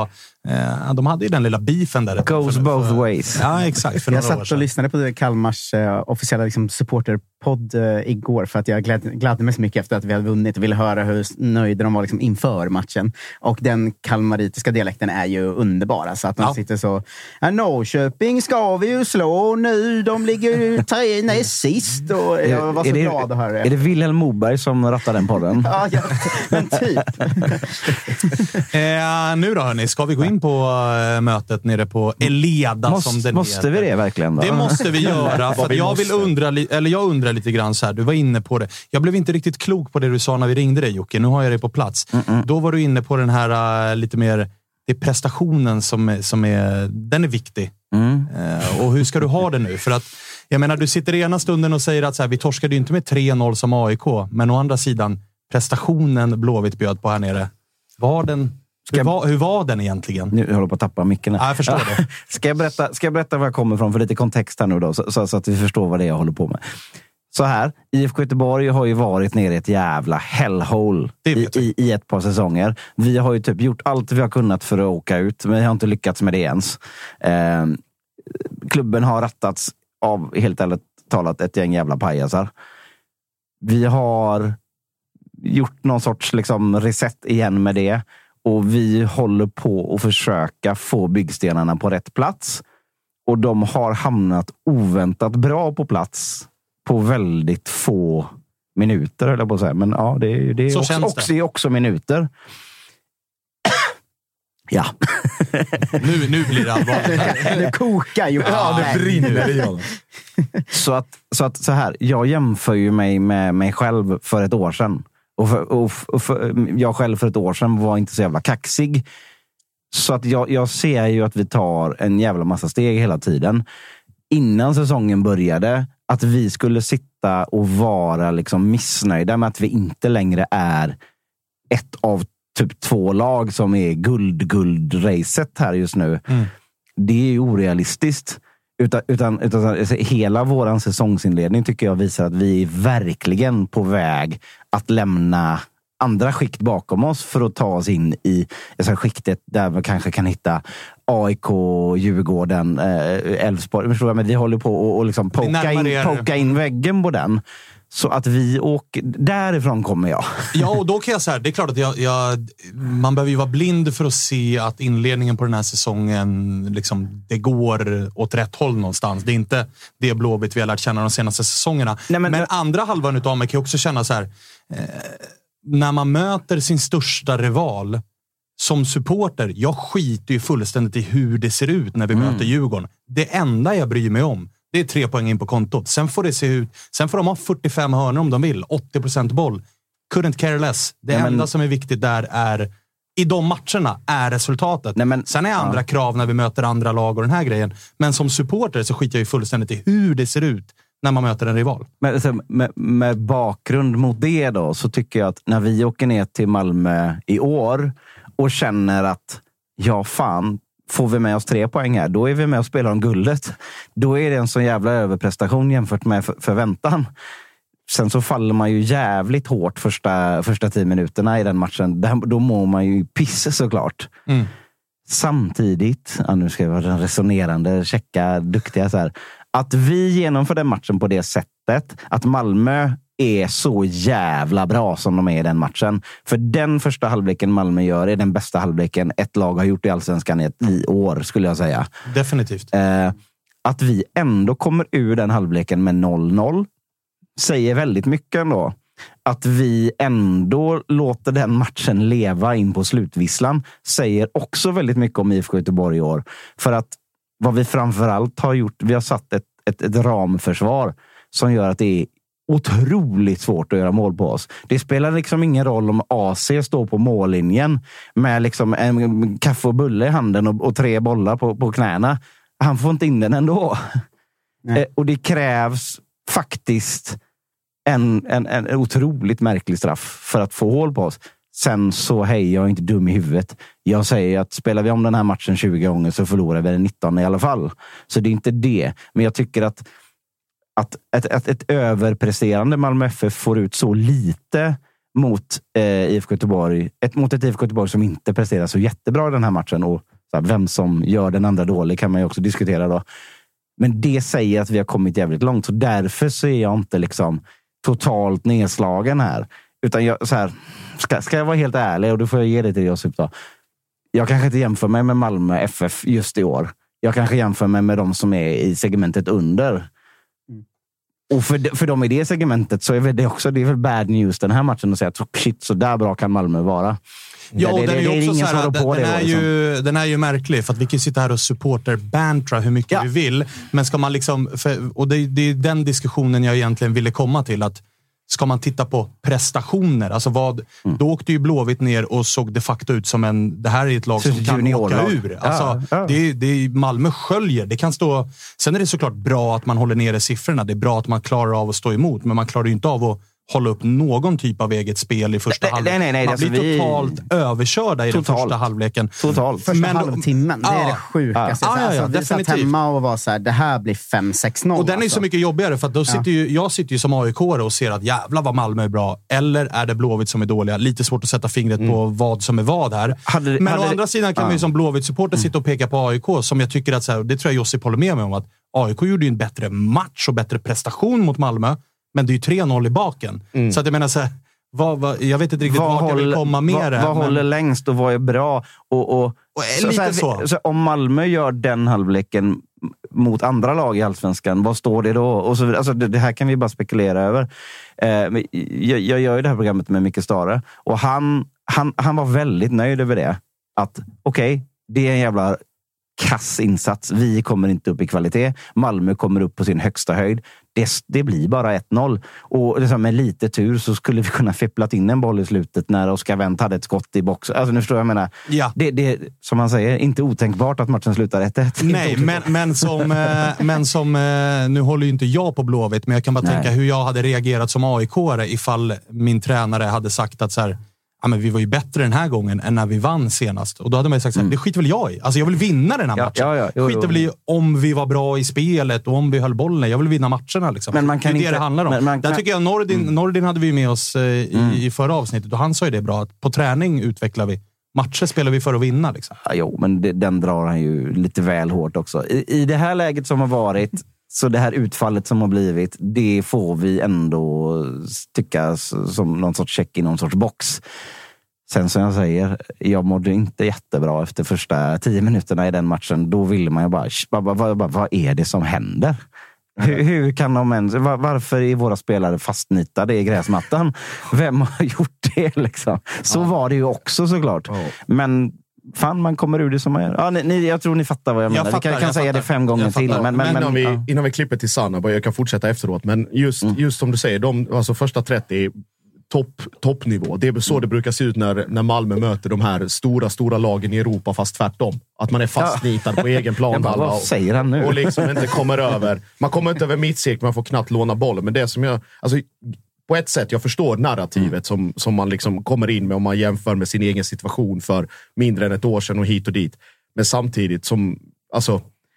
De hade ju den lilla beefen där. Goes both ways. Ja, exakt. Jag satt och lyssnade på Kalmars officiella supporterpodd igår för att jag gladde mig så mycket efter att vi hade vunnit och ville höra hur nöjda de var inför matchen. Och den kalmaritiska dialekten är ju underbar. Så att de sitter så... Norrköping ska vi ju slå nu. De ligger ju näst sist. Och jag var så glad att höra det. Är det Wilhelm Moberg som rattar den podden? Ja, men typ. Nu då hörni, ska vi gå in på mötet nere på Eleda som det måste vi det verkligen då? Det måste vi göra för att jag undrar lite grann så här, du var inne på det. Jag blev inte riktigt klok på det du sa när vi ringde dig, Jocke. Nu har jag det på plats. Då var du inne på den här lite mer, det är prestationen som är den är viktig. Och hur ska du ha det nu? För att jag menar, du sitter ena stunden och säger att så här, vi torskade ju inte med 3-0 som AIK, men å andra sidan prestationen Blåvitt bjöd på här nere. Hur var den egentligen? Nu håller jag på att tappa micken. Ja, jag förstår det. Ska jag berätta var jag kommer ifrån för lite kontext här nu då, så att vi förstår vad det är jag håller på med. Så här, IFK Göteborg har ju varit nere i ett jävla hellhole i ett par säsonger. Vi har ju typ gjort allt vi har kunnat för att åka ut, men vi har inte lyckats med det ens. Klubben har rattats av, helt ärligt talat, ett gäng jävla pajasar. Vi har gjort någon sorts reset igen med det. Och vi håller på att försöka få byggstenarna på rätt plats. Och de har hamnat oväntat bra på plats på väldigt få minuter, eller på att säga. Men ja, det är också minuter. Ja. nu blir det allvarligt. Det kokar ju. Ja, det brinner i honom. Så här, jag jämför ju mig med mig själv för ett år sedan. Jag själv för ett år sedan var inte så jävla kaxig. Så att jag ser ju att vi tar en jävla massa steg hela tiden. Innan säsongen började, att vi skulle sitta och vara missnöjda med att vi inte längre är ett av typ 2 lag som är guld-racet här just nu. Det är ju orealistiskt. Utan hela våran säsongsinledning tycker jag visar att vi är verkligen på väg att lämna andra skikt bakom oss för att ta oss in i skiktet där vi kanske kan hitta AIK, Djurgården, Elfsborg. Men vi håller på och poka in väggen på den. Så att vi åker... Därifrån kommer jag. Ja, och då kan jag säga, det är klart att man behöver ju vara blind för att se att inledningen på den här säsongen det går åt rätt håll någonstans. Det är inte det Blåvitt vi har lärt känna de senaste säsongerna. Nej, men andra halvan utav mig kan också känna så här, när man möter sin största rival som supporter, jag skiter ju fullständigt i hur det ser ut när vi möter Djurgården. Det enda jag bryr mig om, det är 3 poäng in på kontot. Sen får det se ut. Sen får de ha 45 hörnor om de vill. 80% boll. Couldn't care less. Det enda som är viktigt där är, i de matcherna, är resultatet. Sen är andra krav när vi möter andra lag och den här grejen. Men som supporter så skiter jag ju fullständigt i hur det ser ut när man möter en rival. Men med bakgrund mot det då, så tycker jag att när vi åker ner till Malmö i år och känner att får vi med oss 3 poäng här, då är vi med och spelar om guldet. Då är det en sån jävla överprestation jämfört med förväntan. Sen så faller man ju jävligt hårt första 10 minuterna i den matchen. Då mår man ju piss såklart. Samtidigt, nu ska jag vara den resonerande, checka, duktiga så här, att vi genomför den matchen på det sättet att Malmö är så jävla bra som de är i den matchen. För den första halvleken Malmö gör är den bästa halvleken ett lag har gjort i Allsvenskan i år, skulle jag säga. Definitivt. Att vi ändå kommer ur den halvleken med 0-0 säger väldigt mycket ändå. Att vi ändå låter den matchen leva in på slutvisslan säger också väldigt mycket om IFK Göteborg i år. För att vad vi framförallt har gjort, vi har satt ett ramförsvar som gör att det är otroligt svårt att göra mål på oss. Det spelar ingen roll om AC står på mållinjen med en kaffe och bulle i handen och 3 bollar på knäna. Han får inte in den ändå. Och det krävs faktiskt en otroligt märklig straff för att få hål på oss. Sen så, jag är inte dum i huvudet. Jag säger att spelar vi om den här matchen 20 gånger så förlorar vi den 19 i alla fall. Så det är inte det. Men jag tycker att ett överpresterande Malmö FF får ut så lite mot IFK Göteborg. Mot ett IFK Göteborg som inte presterar så jättebra i den här matchen och vem som gör den andra dålig kan man ju också diskutera då. Men det säger att vi har kommit jävligt långt. Så därför så är jag inte liksom totalt nedslagen här. Utan jag, så här, ska jag vara helt ärlig, och då får jag ge det till Josip då. Jag kanske inte jämför mig med Malmö FF just i år. Jag kanske jämför mig med de som är i segmentet under. Och för dem i det segmentet så är det också, det är väl bad news den här matchen att säga att shit, så där bra kan Malmö vara. Ja, och den är ju också så här, den är ju märklig, för att vi kan sitta här och supporter-bantra hur mycket vi vill, men ska man liksom, och det är den diskussionen jag egentligen ville komma till, att ska man titta på prestationer, alltså då åkte ju Blåvitt ner och såg de facto ut som det här är ett lag som kan åka ur. Alltså, det Malmö sköljer, det kan stå, sen är det såklart bra att man håller nere siffrorna, det är bra att man klarar av att stå emot, men man klarar ju inte av att hålla upp någon typ av eget spel i första halvlek. Nej, man blir totalt överkörda i den första halvleken. Första halvtimmen, det är det sjukaste. Vi satt hemma och var så här, det här blir 5-6-0. Och den är så mycket jobbigare, för att då jag sitter ju som AIK-are och ser att jävlar vad Malmö är bra. Eller är det Blåvitt som är dåliga? Lite svårt att sätta fingret på vad som är vad här. Men å andra sidan kan man ju som Blåvitt-supporter sitta och peka på AIK, som jag tycker att, så här, det tror jag Josip håller med mig om, att AIK gjorde ju en bättre match och bättre prestation mot Malmö. Men det är ju 3-0 i baken. Så att jag menar så här, jag vet inte riktigt vart jag vill komma med det. Vad håller längst och vad är bra? Och lite så. Om Malmö gör den halvleken mot andra lag i Allsvenskan, vad står det då? Och så, alltså, det här kan vi bara spekulera över. Jag gör ju det här programmet med Micke Stare. Och han var väldigt nöjd över det. Att okej, det är en jävla kass insats. Vi kommer inte upp i kvalitet. Malmö kommer upp på sin högsta höjd. Det blir bara 1-0. Och liksom, med lite tur så skulle vi kunna fipplat in en boll i slutet när Oskar Wendt hade ett skott i box. Alltså nu förstår jag menar. Ja. Det som man säger, inte otänkbart att matchen slutar 1-1. Nej, men som nu håller ju inte jag på Blåvitt, men jag kan bara tänka hur jag hade reagerat som AIK-are ifall min tränare hade sagt att så här, ja, men vi var ju bättre den här gången än när vi vann senast. Och då hade man ju sagt så här, det skiter väl jag i. Alltså jag vill vinna den här matchen. Skiter väl i om vi var bra i spelet och om vi höll bollen. Jag vill vinna matcherna liksom. Men man kan det är det handlar om. Där tycker jag Nordin hade vi med oss i förra avsnittet. Och han sa ju det bra, att på träning utvecklar vi. Matcher spelar vi för att vinna liksom. Ja, jo, men den drar han ju lite väl hårt också. I det här läget som har varit, så det här utfallet som har blivit, det får vi ändå tycka som någon sorts check i någon sorts box. Sen som jag säger, jag mådde inte jättebra efter första 10 minuterna i den matchen. Då ville man ju bara vad är det som händer? Hur kan de ens, varför är våra spelare fastnitade i gräsmattan? Vem har gjort det liksom? Så var det ju också såklart. Men fan, man kommer ur det som man gör. Jag tror ni fattar vad jag menar. Vi kan säga det 5 gånger till. Men innan vi klipper till Sanna, jag kan fortsätta efteråt. Men just som du säger, alltså första 30 toppnivå. Det är så det brukar se ut när Malmö möter de här stora lagen i Europa, fast tvärtom. Att man är fastnitad på egen plan. Vad säger han nu? Och liksom inte kommer över. Man kommer inte över mittcirkeln, man får knappt låna bollen. Men det som alltså, på ett sätt, jag förstår narrativet som man liksom kommer in med om man jämför med sin egen situation för mindre än ett år sedan och hit och dit. Men samtidigt som, alltså,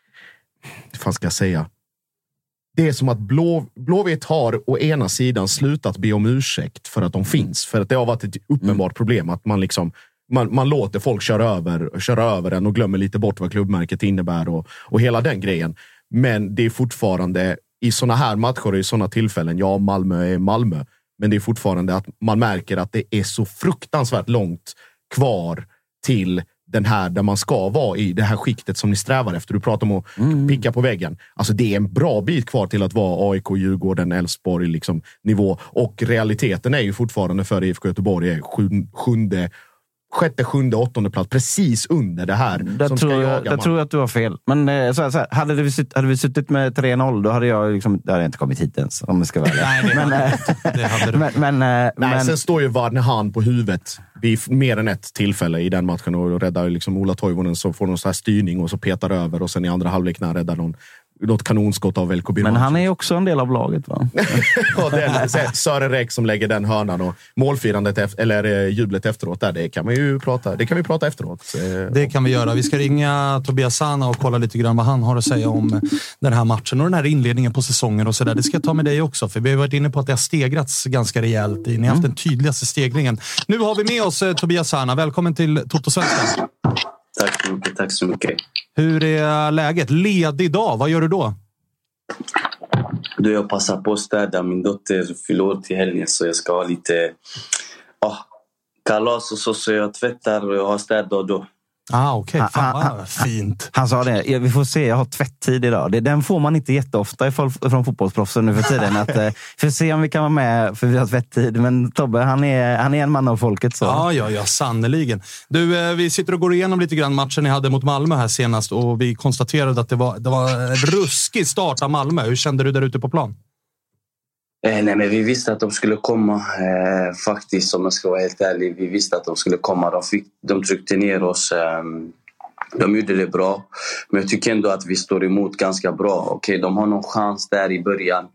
vad fan ska jag säga? Det är som att Blåvitt har å ena sidan slutat be om ursäkt för att de finns. För att det har varit ett uppenbart problem att man liksom man låter folk köra över en och glömmer lite bort vad klubbmärket innebär och hela den grejen. Men det är fortfarande i såna här matcher och i såna tillfällen, ja, Malmö är Malmö, men det är fortfarande att man märker att det är så fruktansvärt långt kvar till den här där man ska vara i det här skiktet som ni strävar efter. Du pratar om att picka på väggen. Alltså det är en bra bit kvar till att vara AIK, Djurgården, Elfsborg liksom nivå. Och realiteten är ju fortfarande för IFK Göteborg är 6:e, 7:e, 8:e plats. Precis under det här. Jag tror att du har fel. Men så här, hade vi suttit med 3-0, då hade jag liksom, det hade inte kommit hit ens, om det ska vara men sen står ju Varnehan på huvudet vid mer än ett tillfälle i den matchen och räddar liksom Ola Toivonen, så får någon så här styrning och så petar över, och sen i andra halvlek när räddar något kanonskott av Velko Birmanc. Men han är också en del av laget, va? Ja, det är Sören Räck som lägger den hörnan, och målfirandet eller jublet efteråt där, det kan vi prata efteråt. Det kan vi göra. Vi ska ringa Tobias Sana och kolla lite grann vad han har att säga om den här matchen och den här inledningen på säsongen och sådär. Det ska jag ta med dig också, för vi har varit inne på att det har stegrats ganska rejält. Ni har haft den tydligaste stegringen. Nu har vi med oss Tobias Sana. Välkommen till Toto Svenskan. Tack så mycket. Hur är läget? Ledig dag, vad gör du då? Då jag passar på att städa. Min dotter fyller år till helgen så jag ska ha lite kalas och så jag tvättar och jag har städdag då. Okej. Fan vad fint. Han sa det, vi får se, jag har tvätttid idag. Den får man inte jätteofta från fotbollsproffsen nu för tiden. Att, för se om vi kan vara med, för vi har tvätttid. Men Tobbe, han är en man av folket. Så. Ja, sannoliken. Du, vi sitter och går igenom lite grann matchen ni hade mot Malmö här senast. Och vi konstaterade att det var en ruskig start av Malmö. Hur kände du där ute på plan? Nej, men vi visste att de skulle komma. Faktiskt, om jag ska vara helt ärlig. Vi visste att de skulle komma. De tryckte ner oss. De gjorde det bra. Men jag tycker ändå att vi står emot ganska bra. Okej, de har någon chans där i början.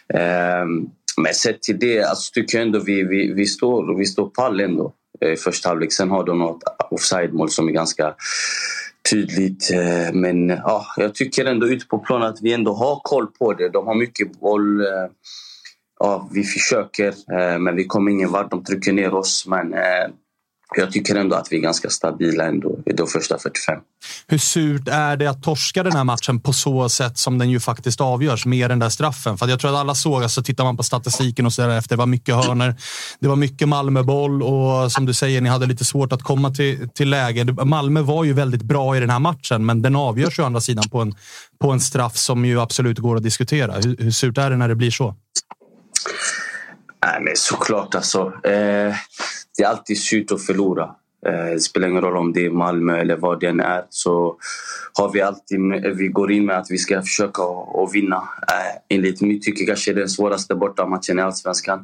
Men sett till det, alltså, tycker jag ändå vi står pall ändå. I första halvlek. Sen har de något offside-mål som är ganska tydligt. Men jag tycker ändå ute på plan att vi ändå har koll på det. De har mycket boll. Vi försöker, men vi kommer ingen vart. De trycker ner oss, men jag tycker ändå att vi är ganska stabila ändå i de första 45. Hur surt är det att torska den här matchen på så sätt som den ju faktiskt avgörs med den där straffen? För jag tror att alla såg, alltså tittar man på statistiken och så därefter, det var mycket hörner, det var mycket Malmöboll och som du säger, ni hade lite svårt att komma till läge. Malmö var ju väldigt bra i den här matchen, men den avgörs ju å andra sidan på en straff som ju absolut går att diskutera. Hur surt är det när det blir så? Nej, men såklart alltså. Det är alltid surt att förlora. Det spelar ingen roll om det är Malmö eller vad det än är. Så har vi går in med att vi ska försöka att vinna. Enligt mitt tycke kanske det är den svåraste bortamatchen i Allsvenskan.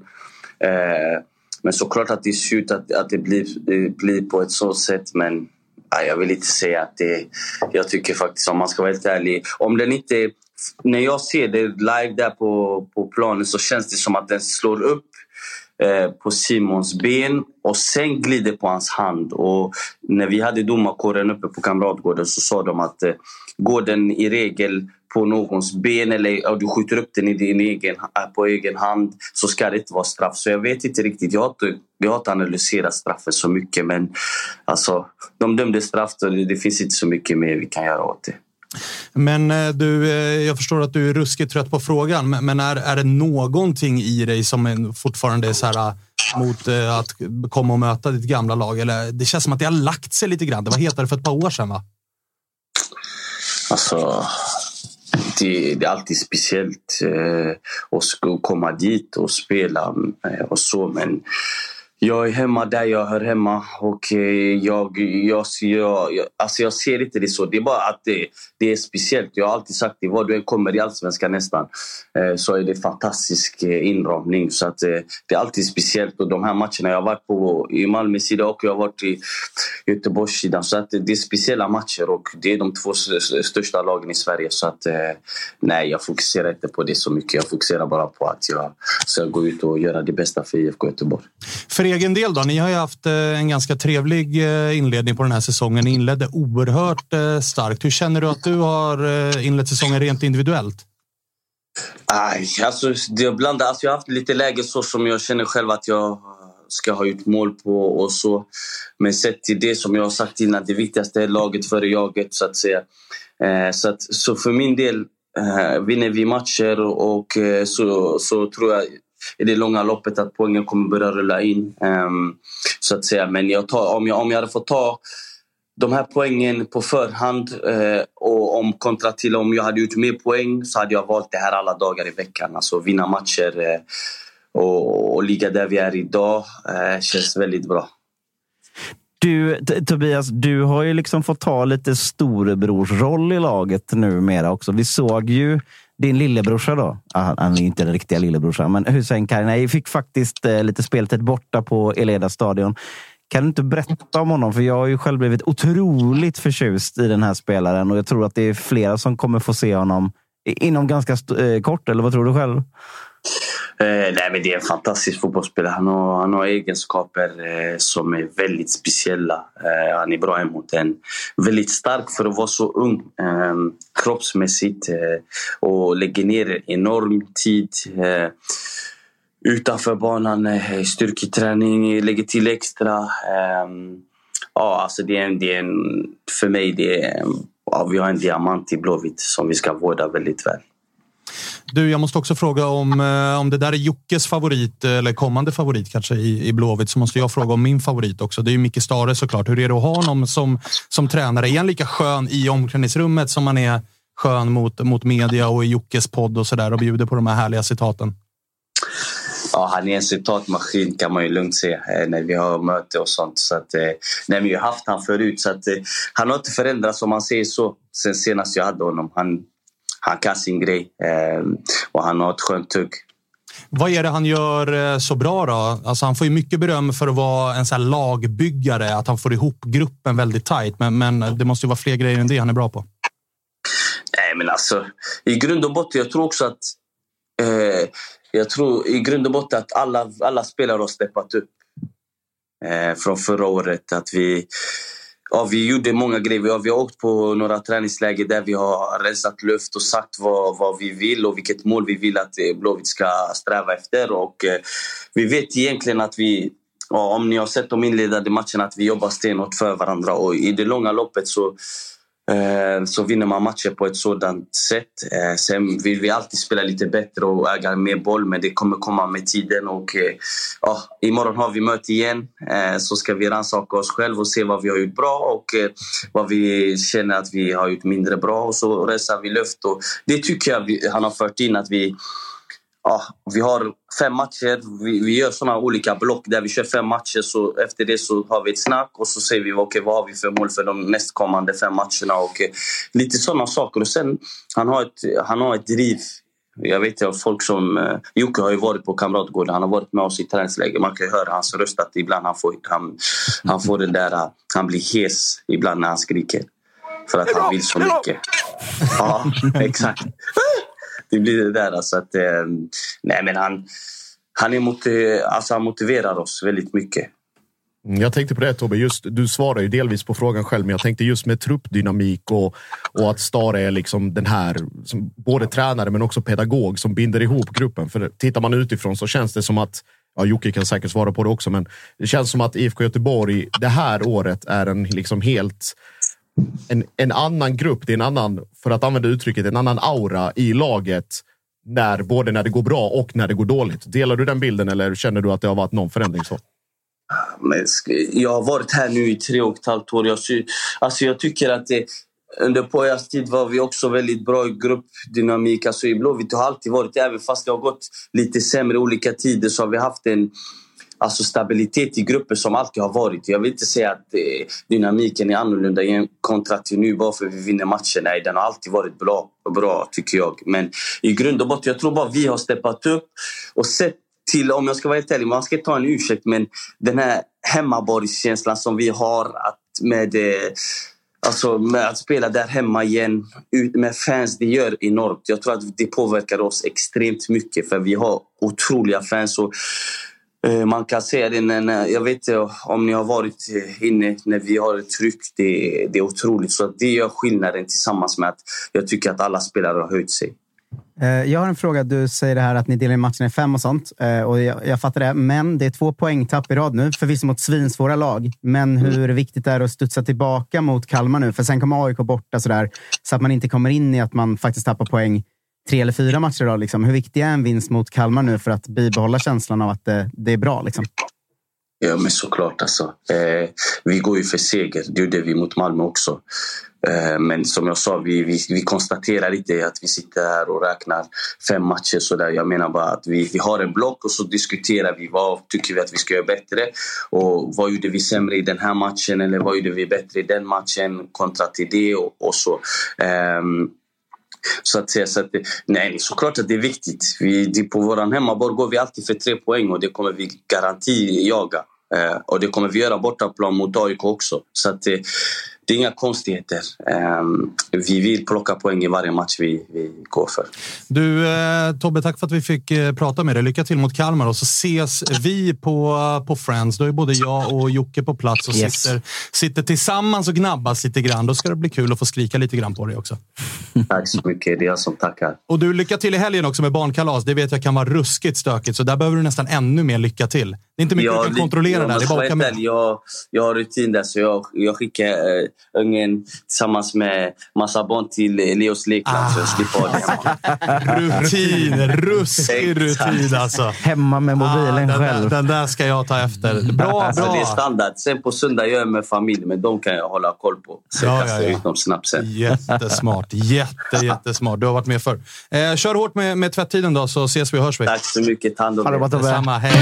Men såklart att det är surt att det blir på ett sådant sätt. Men jag vill inte säga att det... Jag tycker faktiskt, om man ska vara helt ärlig, om den inte... När jag ser det live där på planen så känns det som att den slår upp på Simons ben och sen glider på hans hand. Och när vi hade domarkåren uppe på Kamratgården så sa de att går den i regel på någons ben eller du skjuter upp den på egen hand så ska det inte vara straff. Så jag vet inte riktigt, jag har inte analyserat straffen så mycket, men alltså, de dömde straff och det finns inte så mycket mer vi kan göra åt det. Men du, jag förstår att du är ruskigt trött på frågan, men är det någonting i dig som fortfarande är så här mot att komma och möta ditt gamla lag? Eller det känns som att det har lagt sig lite grann. Det var hetare för ett par år sedan, va? Alltså, det är alltid speciellt att komma dit och spela och så, men jag är hemma där jag hör hemma och jag ser inte det så. Det är bara att det är speciellt. Jag har alltid sagt det, vad du än kommer i Allsvenskan nästan så är det fantastisk inramning. Så att det är alltid speciellt. Och de här matcherna jag har varit på i Malmö sida och jag har varit i Göteborgs sida. Så att det är speciella matcher och det är de två största lagen i Sverige. Så att nej, jag fokuserar inte på det så mycket. Jag fokuserar bara på att jag ska gå ut och göra det bästa för IFK Göteborg. För egen del då, ni har ju haft en ganska trevlig inledning på den här säsongen. Ni inledde oerhört starkt. Hur känner du att du har inlett säsongen rent individuellt? Alltså, jag har haft lite läge så som jag känner själv att jag ska ha gjort mål på och så. Men sett till det som jag har sagt innan, det viktigaste är laget före jaget så att säga. Så för min del vinner vi matcher och så tror jag i det långa loppet att poängen kommer börja rulla in så att säga. Men om jag hade fått ta de här poängen på förhand och kontra till om jag hade gjort mer poäng så hade jag valt det här alla dagar i veckan. Alltså vinna matcher och ligga där vi är idag känns väldigt bra. Du, Tobias, du har ju liksom fått ta lite storebrorsroll i laget numera också. Vi såg ju din lillebrorsa då. Han är inte den riktiga lillebrorsan, men Hussein Karinay fick faktiskt lite speltid borta på Eleda stadion. Kan du inte berätta om honom? För jag har ju själv blivit otroligt förtjust i den här spelaren och jag tror att det är flera som kommer få se honom inom ganska kort, eller vad tror du själv? Nej, men det är en fantastisk fotbollsspelare. Han har egenskaper som är väldigt speciella. Han är bra emot en. Väldigt stark för att vara så ung kroppsmässigt och lägger ner enorm tid utanför banan, styrketräning, lägger till extra. Ja, alltså det är en för mig vi har en diamant i Blåvitt som vi ska vårda väldigt väl. Du, jag måste också fråga om det där är Jockes favorit eller kommande favorit kanske i Blåvitt, så måste jag fråga om min favorit också. Det är ju Micke Stare såklart. Hur är det att ha honom som tränare? Är han lika skön i omklädningsrummet som man är skön mot media och i Jockes podd och sådär och bjuder på de här härliga citaten? Ja, han är en citatmaskin kan man ju lugnt se när vi har möte och sånt. Så att, nej, vi har haft han förut så att han har inte förändrats om man säger så sen senast jag hade honom. Han kan sin grej och han har ett skönt tugg. Vad är det han gör så bra då? Alltså han får ju mycket beröm för att vara en sån här lagbyggare, att han får ihop gruppen väldigt tajt. Men det måste ju vara fler grejer än det han är bra på. Nej, men alltså i grund och botten, jag tror också att i grund och botten att alla spelare har steppat upp från förra året. Att vi gjorde många grejer. Vi har åkt på några träningsläger där vi har rensat luft och sagt vad vi vill och vilket mål vi vill att Blåvitt ska sträva efter. Och vi vet egentligen att om ni har sett de inledande matcherna, att vi jobbar stenhårt för varandra. Och i det långa loppet så vinner man matcher på ett sådant sätt. Sen vill vi alltid spela lite bättre och äga mer boll, men det kommer komma med tiden. Och imorgon har vi möte igen, så ska vi rannsaka oss själva och se vad vi har gjort bra och vad vi känner att vi har gjort mindre bra, och så resar vi luft. Och det tycker jag han har fört in, att vi har 5 matcher, vi gör såna olika block där vi kör 5 matcher, så efter det så har vi ett snack och så säger vi vad har vi för mål för de nästkommande 5 matcherna och lite sådana saker. Och sen han har ett driv. Jag vet att folk som Jocke har ju varit på Kamratgården, han har varit med oss i träningsläger. Man kan ju höra hans röst att ibland han får den där, han blir hes ibland när han skriker för att han vill så mycket. Ja, exakt. Det blir det där, alltså att nej, men han motiverar oss väldigt mycket. Jag tänkte på det, Tobbe, just du svarar ju delvis på frågan själv, men jag tänkte just med truppdynamik och att Stare är liksom den här som både tränare men också pedagog som binder ihop gruppen. För tittar man utifrån så känns det som att, Jocke kan säkert svara på det också, men det känns som att IFK Göteborg det här året är en annan grupp, det är en annan, för att använda uttrycket, en annan aura i laget både när det går bra och när det går dåligt. Delar du den bilden eller känner du att det har varit någon förändring så? Men jag har varit här nu i 3,5 år. Jag tycker att under Pojas tid var vi också väldigt bra i gruppdynamik. Alltså i Blåvitt har alltid varit, även fast det har gått lite sämre olika tider, så har vi haft en stabilitet i grupper som alltid har varit. Jag vill inte säga att dynamiken är annorlunda kontra till nu bara för att vi vinner matchen. Nej, den har alltid varit bra tycker jag. Men i grund och botten, jag tror bara vi har steppat upp och sett till, om jag ska vara helt ärlig, man ska ta en ursäkt, men den här hemmaborgskänslan som vi har med att spela där hemma igen med fans, det gör enormt. Jag tror att det påverkar oss extremt mycket, för vi har otroliga fans. Och man kan säga det, jag vet inte om ni har varit inne när vi har ett tryck, det är otroligt. Så det gör skillnaden, tillsammans med att jag tycker att alla spelare har höjt sig. Jag har en fråga. Du säger det här att ni delar in matchen i 5 och sånt. Och jag fattar det. Men det är 2 poängtapp i rad nu. Förvisso mot svinsvåra lag. Men hur viktigt är det att studsa tillbaka mot Kalmar nu? För sen kommer AIK borta sådär. Så att man inte kommer in i att man faktiskt tappar poäng 3 eller 4 matcher idag. Liksom. Hur viktig är en vinst mot Kalmar nu för att bibehålla känslan av att det är bra? Liksom? Ja, men såklart alltså. Vi går ju för seger. Det gjorde vi mot Malmö också. Men som jag sa, vi konstaterar inte att vi sitter här och räknar 5 matcher så där. Jag menar bara att vi har en block och så diskuterar vi vad tycker vi att vi ska göra bättre och vad gjorde vi sämre i den här matchen eller vad gjorde vi bättre i den matchen kontra till det och så. Så att säga, nej, såklart att det är viktigt. På våran hemmaborg går vi alltid för 3 poäng och det kommer vi garanti jaga. Och det kommer vi göra bortaplan mot AIK också. Så att det är inga konstigheter. Vi vill plocka poäng i varje match vi går för. Du, Tobbe, tack för att vi fick prata med dig. Lycka till mot Kalmar och så ses vi på Friends. Då är både jag och Jocke på plats och sitter tillsammans och gnabbas lite grann. Då ska det bli kul att få skrika lite grann på dig också. Tack så mycket, det är jag som tackar. Och du, lycka till i helgen också med barnkalas. Det vet jag kan vara ruskigt stökigt, så där behöver du nästan ännu mer lycka till. Det är inte mycket du kan kontrollera där. Det är bara jag har rutin där, så jag skickar ungen tillsammans med massa barn till Leos lekland, så jag slipper ha det. Ruskig rutin alltså. Hemma med mobilen själv. Den där ska jag ta efter. Bra. Alltså, det är standard. Sen på söndag gör jag med familj, men de kan jag hålla koll på. Så jag kastar ut dem snabbt sen. Jättesmart. Jättesmart. Du har varit med för. Kör hårt med tvättiden då, så ses vi och hörs vi. Tack så mycket. Ta hand om er. Detsamma. Hej.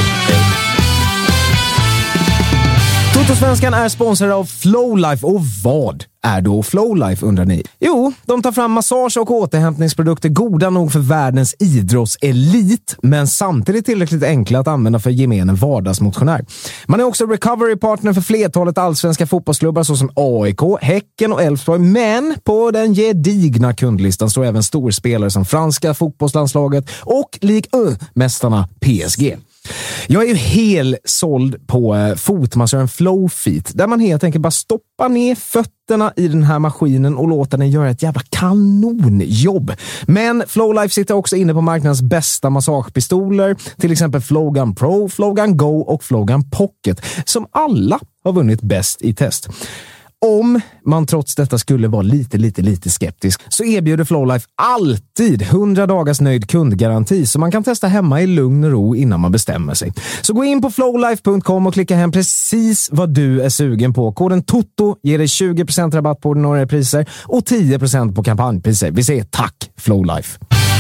Totosvenskan är sponsrad av Flowlife, och vad är då Flowlife, undrar ni? Jo, de tar fram massage- och återhämtningsprodukter goda nog för världens idrottselit, men samtidigt tillräckligt enkla att använda för gemene vardagsmotionär. Man är också recovery-partner för flertalet allsvenska fotbollsklubbar såsom AIK, Häcken och Elfsborg, men på den gedigna kundlistan står även storspelare som franska fotbollslandslaget och Ligue 1-mästarna PSG. Jag är ju helt såld på fotmassören Flowfeet, där man helt enkelt bara stoppar ner fötterna i den här maskinen och låter den göra ett jävla kanonjobb. Men Flowlife sitter också inne på marknadens bästa massagepistoler, till exempel Flowgun Pro, Flowgun Go och Flowgun Pocket, som alla har vunnit bäst i test. Om man trots detta skulle vara lite skeptisk, så erbjuder Flowlife alltid 100 dagars nöjd kundgaranti, så man kan testa hemma i lugn och ro innan man bestämmer sig. Så gå in på flowlife.com och klicka hem precis vad du är sugen på. Koden TOTO ger dig 20% rabatt på ordinarie priser och 10% på kampanjpriser. Vi säger tack Flowlife.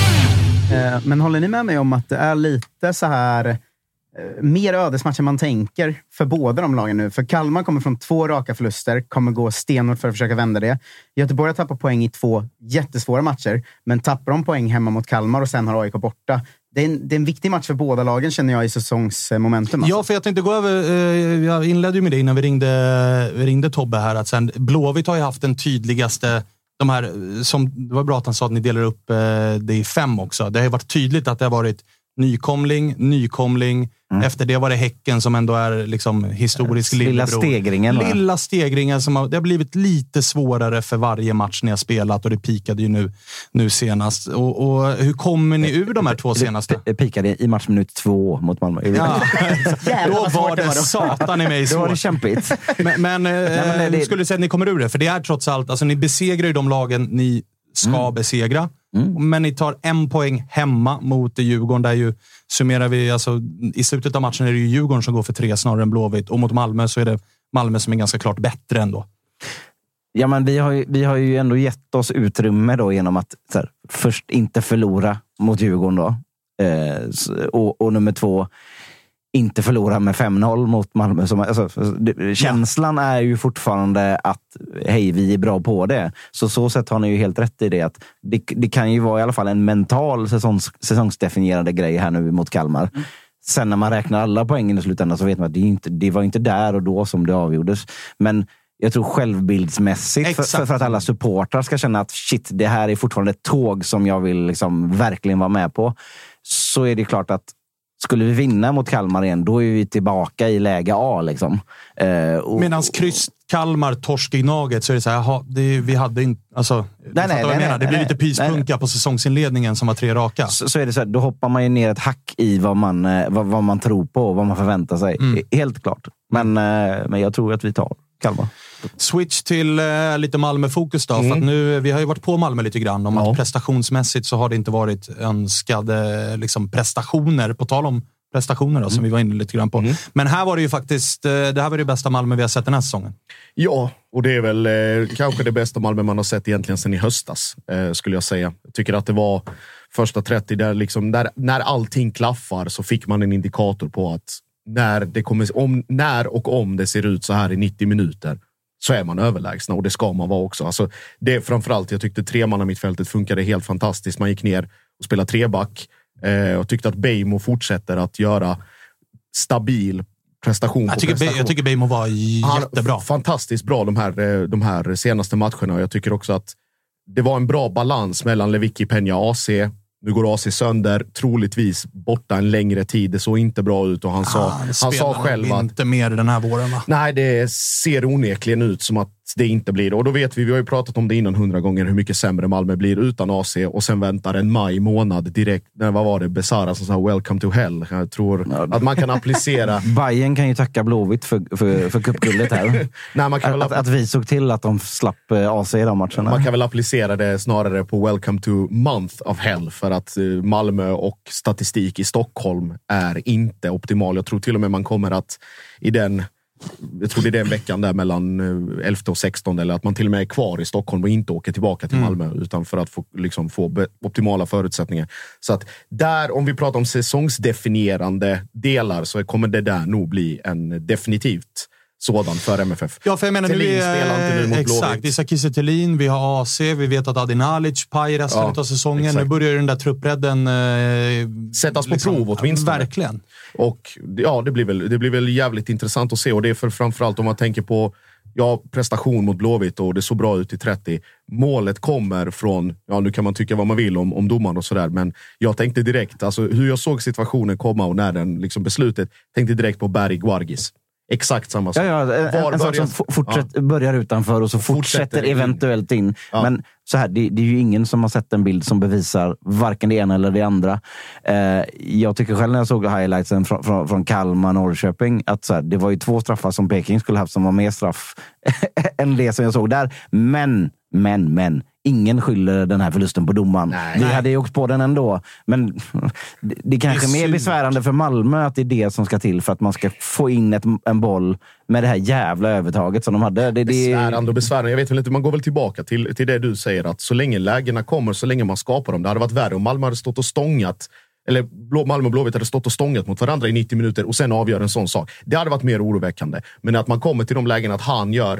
Men håller ni med mig om att det är lite så här mer ödesmatcher man tänker för båda de lagen nu? För Kalmar kommer från 2 raka förluster, kommer gå stenhårt för att försöka vända det. Göteborg har tappat poäng i 2 jättesvåra matcher, men tappar de poäng hemma mot Kalmar och sen har AIK borta. Det är en viktig match för båda lagen, känner jag, i säsongsmomentum. Alltså. Ja, för jag tänkte gå över, jag inledde ju med det innan vi ringde Tobbe här, att sen Blåvitt har ju haft den tydligaste, de här, som det var bra att han sa att ni delar upp det i 5 också. Det har ju varit tydligt att det har varit nykomling. Efter det var det Häcken som ändå är liksom historisk lillebror. Lilla stegringen som det har blivit lite svårare för varje match ni har spelat, och det pikade ju nu senast. Och hur kommer ni ur de här 2 senaste? Det pikade i matchminut 2 mot Malmö. Ja. Då var det satan i mig svårt. Då var det kämpigt. Men hur skulle du säga att ni kommer ur det? För det är trots allt, alltså ni besegrar ju de lagen ni ska besegra. Men ni tar 1 poäng hemma mot Djurgården, där ju summerar vi, alltså i slutet av matchen är det ju Djurgården som går för 3 snarare än Blåvitt, och mot Malmö så är det Malmö som är ganska klart bättre ändå. Ja, men vi har ju ändå gett oss utrymme då genom att så här, först inte förlora mot Djurgården då, och nummer 2 inte förlora med 5-0 mot Malmö. Känslan är ju fortfarande att hej, vi är bra på det. Så sätt har ni ju helt rätt i det. Att det kan ju vara i alla fall en mental säsongsdefinierande grej här nu mot Kalmar. Sen när man räknar alla poängen i slutändan så vet man att det var inte där och då som det avgjordes. Men jag tror självbildsmässigt för att alla supportrar ska känna att shit, det här är fortfarande ett tåg som jag vill liksom verkligen vara med på. Så är det klart att skulle vi vinna mot Kalmar igen, då är vi tillbaka i läge A liksom. Medan kryss Kalmar, torsk i Gnaget, så är det så här, vi hade inte, alltså, nej, det blir lite pyspunka på säsongsinledningen som var 3 raka. Så är det så här, då hoppar man ju ner ett hack i vad man tror på och vad man förväntar sig. Helt klart. Men jag tror att vi tar Kalmar. Switch till lite Malmö-fokus då, för att nu, vi har ju varit på Malmö lite grann om att prestationsmässigt så har det inte varit önskade liksom, prestationer, på tal om prestationer då, som vi var inne lite grann på. Men här var det ju faktiskt, det här var det bästa Malmö vi har sett den här säsongen. Ja, och det är väl kanske det bästa Malmö man har sett egentligen sedan i höstas, skulle jag säga. Jag tycker att det var första 30 där liksom, när allting klaffar så fick man en indikator på att när och om det ser ut så här i 90 minuter så är man överlägsna, och det ska man vara också. Alltså, det framförallt, jag tyckte 3-manna-mittfältet funkade helt fantastiskt. Man gick ner och spelade 3-back och tyckte att Beijmo fortsätter att göra stabil prestation. Jag tycker Beijmo var jättebra. Fantastiskt bra de här senaste matcherna, och jag tycker också att det var en bra balans mellan Lewicki, Peña, AC. Nu går AC sönder, troligtvis borta en längre tid. Det såg inte bra ut, och han sa själv att... inte mer den här våren, va? Nej, det ser onekligen ut som att det inte blir. Och då vet vi har ju pratat om det innan 100 gånger, hur mycket sämre Malmö blir utan AC, och sen väntar en maj månad direkt. Vad var det? Besara som sa welcome to hell. Jag tror att man kan applicera... Bayern kan ju tacka Blåvitt för cupguldet här. Nej, man kan att vi såg till att de slapp AC i de matcherna. Man kan väl applicera det snarare på welcome to month of hell, för att Malmö och statistik i Stockholm är inte optimal. Jag tror till och med man kommer att jag tror det är den veckan där mellan 11 och 16, eller att man till och med är kvar i Stockholm och inte åker tillbaka till Malmö, utan för att få optimala förutsättningar. Så att där, om vi pratar om säsongsdefinierande delar, så kommer det där nog bli en definitivt sådan för MFF. Ja, för jag menar, Thelin spelar inte nu mot exakt, Blåvitt. Isak Kiese Thelin, vi har AC, vi vet att Adin Alic paj resten av säsongen. Exakt. Nu börjar den där truppredden sättas på prov åtminstone. Verkligen. Och ja, det blir väl jävligt intressant att se, och det är för framförallt om man tänker på prestation mot Blåvitt och det såg bra ut i 30. Målet kommer från, nu kan man tycka vad man vill om domaren och sådär, men jag tänkte direkt, alltså hur jag såg situationen komma och när den liksom beslutet, tänkte direkt på Berg Guargis. Exakt samma sak. En sak som börjar utanför och så fortsätter eventuellt in. Ja. Men så här, det är ju ingen som har sett en bild som bevisar varken det ena eller det andra. Jag tycker själv när jag såg highlightsen från Kalmar, Norrköping, att så här, det var ju 2 straffar som Peking skulle haft som var mer straff än det som jag såg där. Men ingen skyller den här förlusten på domaren. Vi hade ju åkt på den ändå. Men det kanske är mer besvärande för Malmö att det är det som ska till för att man ska få in en boll med det här jävla övertaget som de hade. Besvärande. Jag vet väl inte, man går väl tillbaka till det du säger, att så länge lägena kommer, så länge man skapar dem. Det hade varit värre om Malmö hade stått och stångat, eller Malmö och Blåvitt hade stått och stångat mot varandra i 90 minuter och sen avgör en sån sak. Det hade varit mer oroväckande. Men att man kommer till de lägena att han gör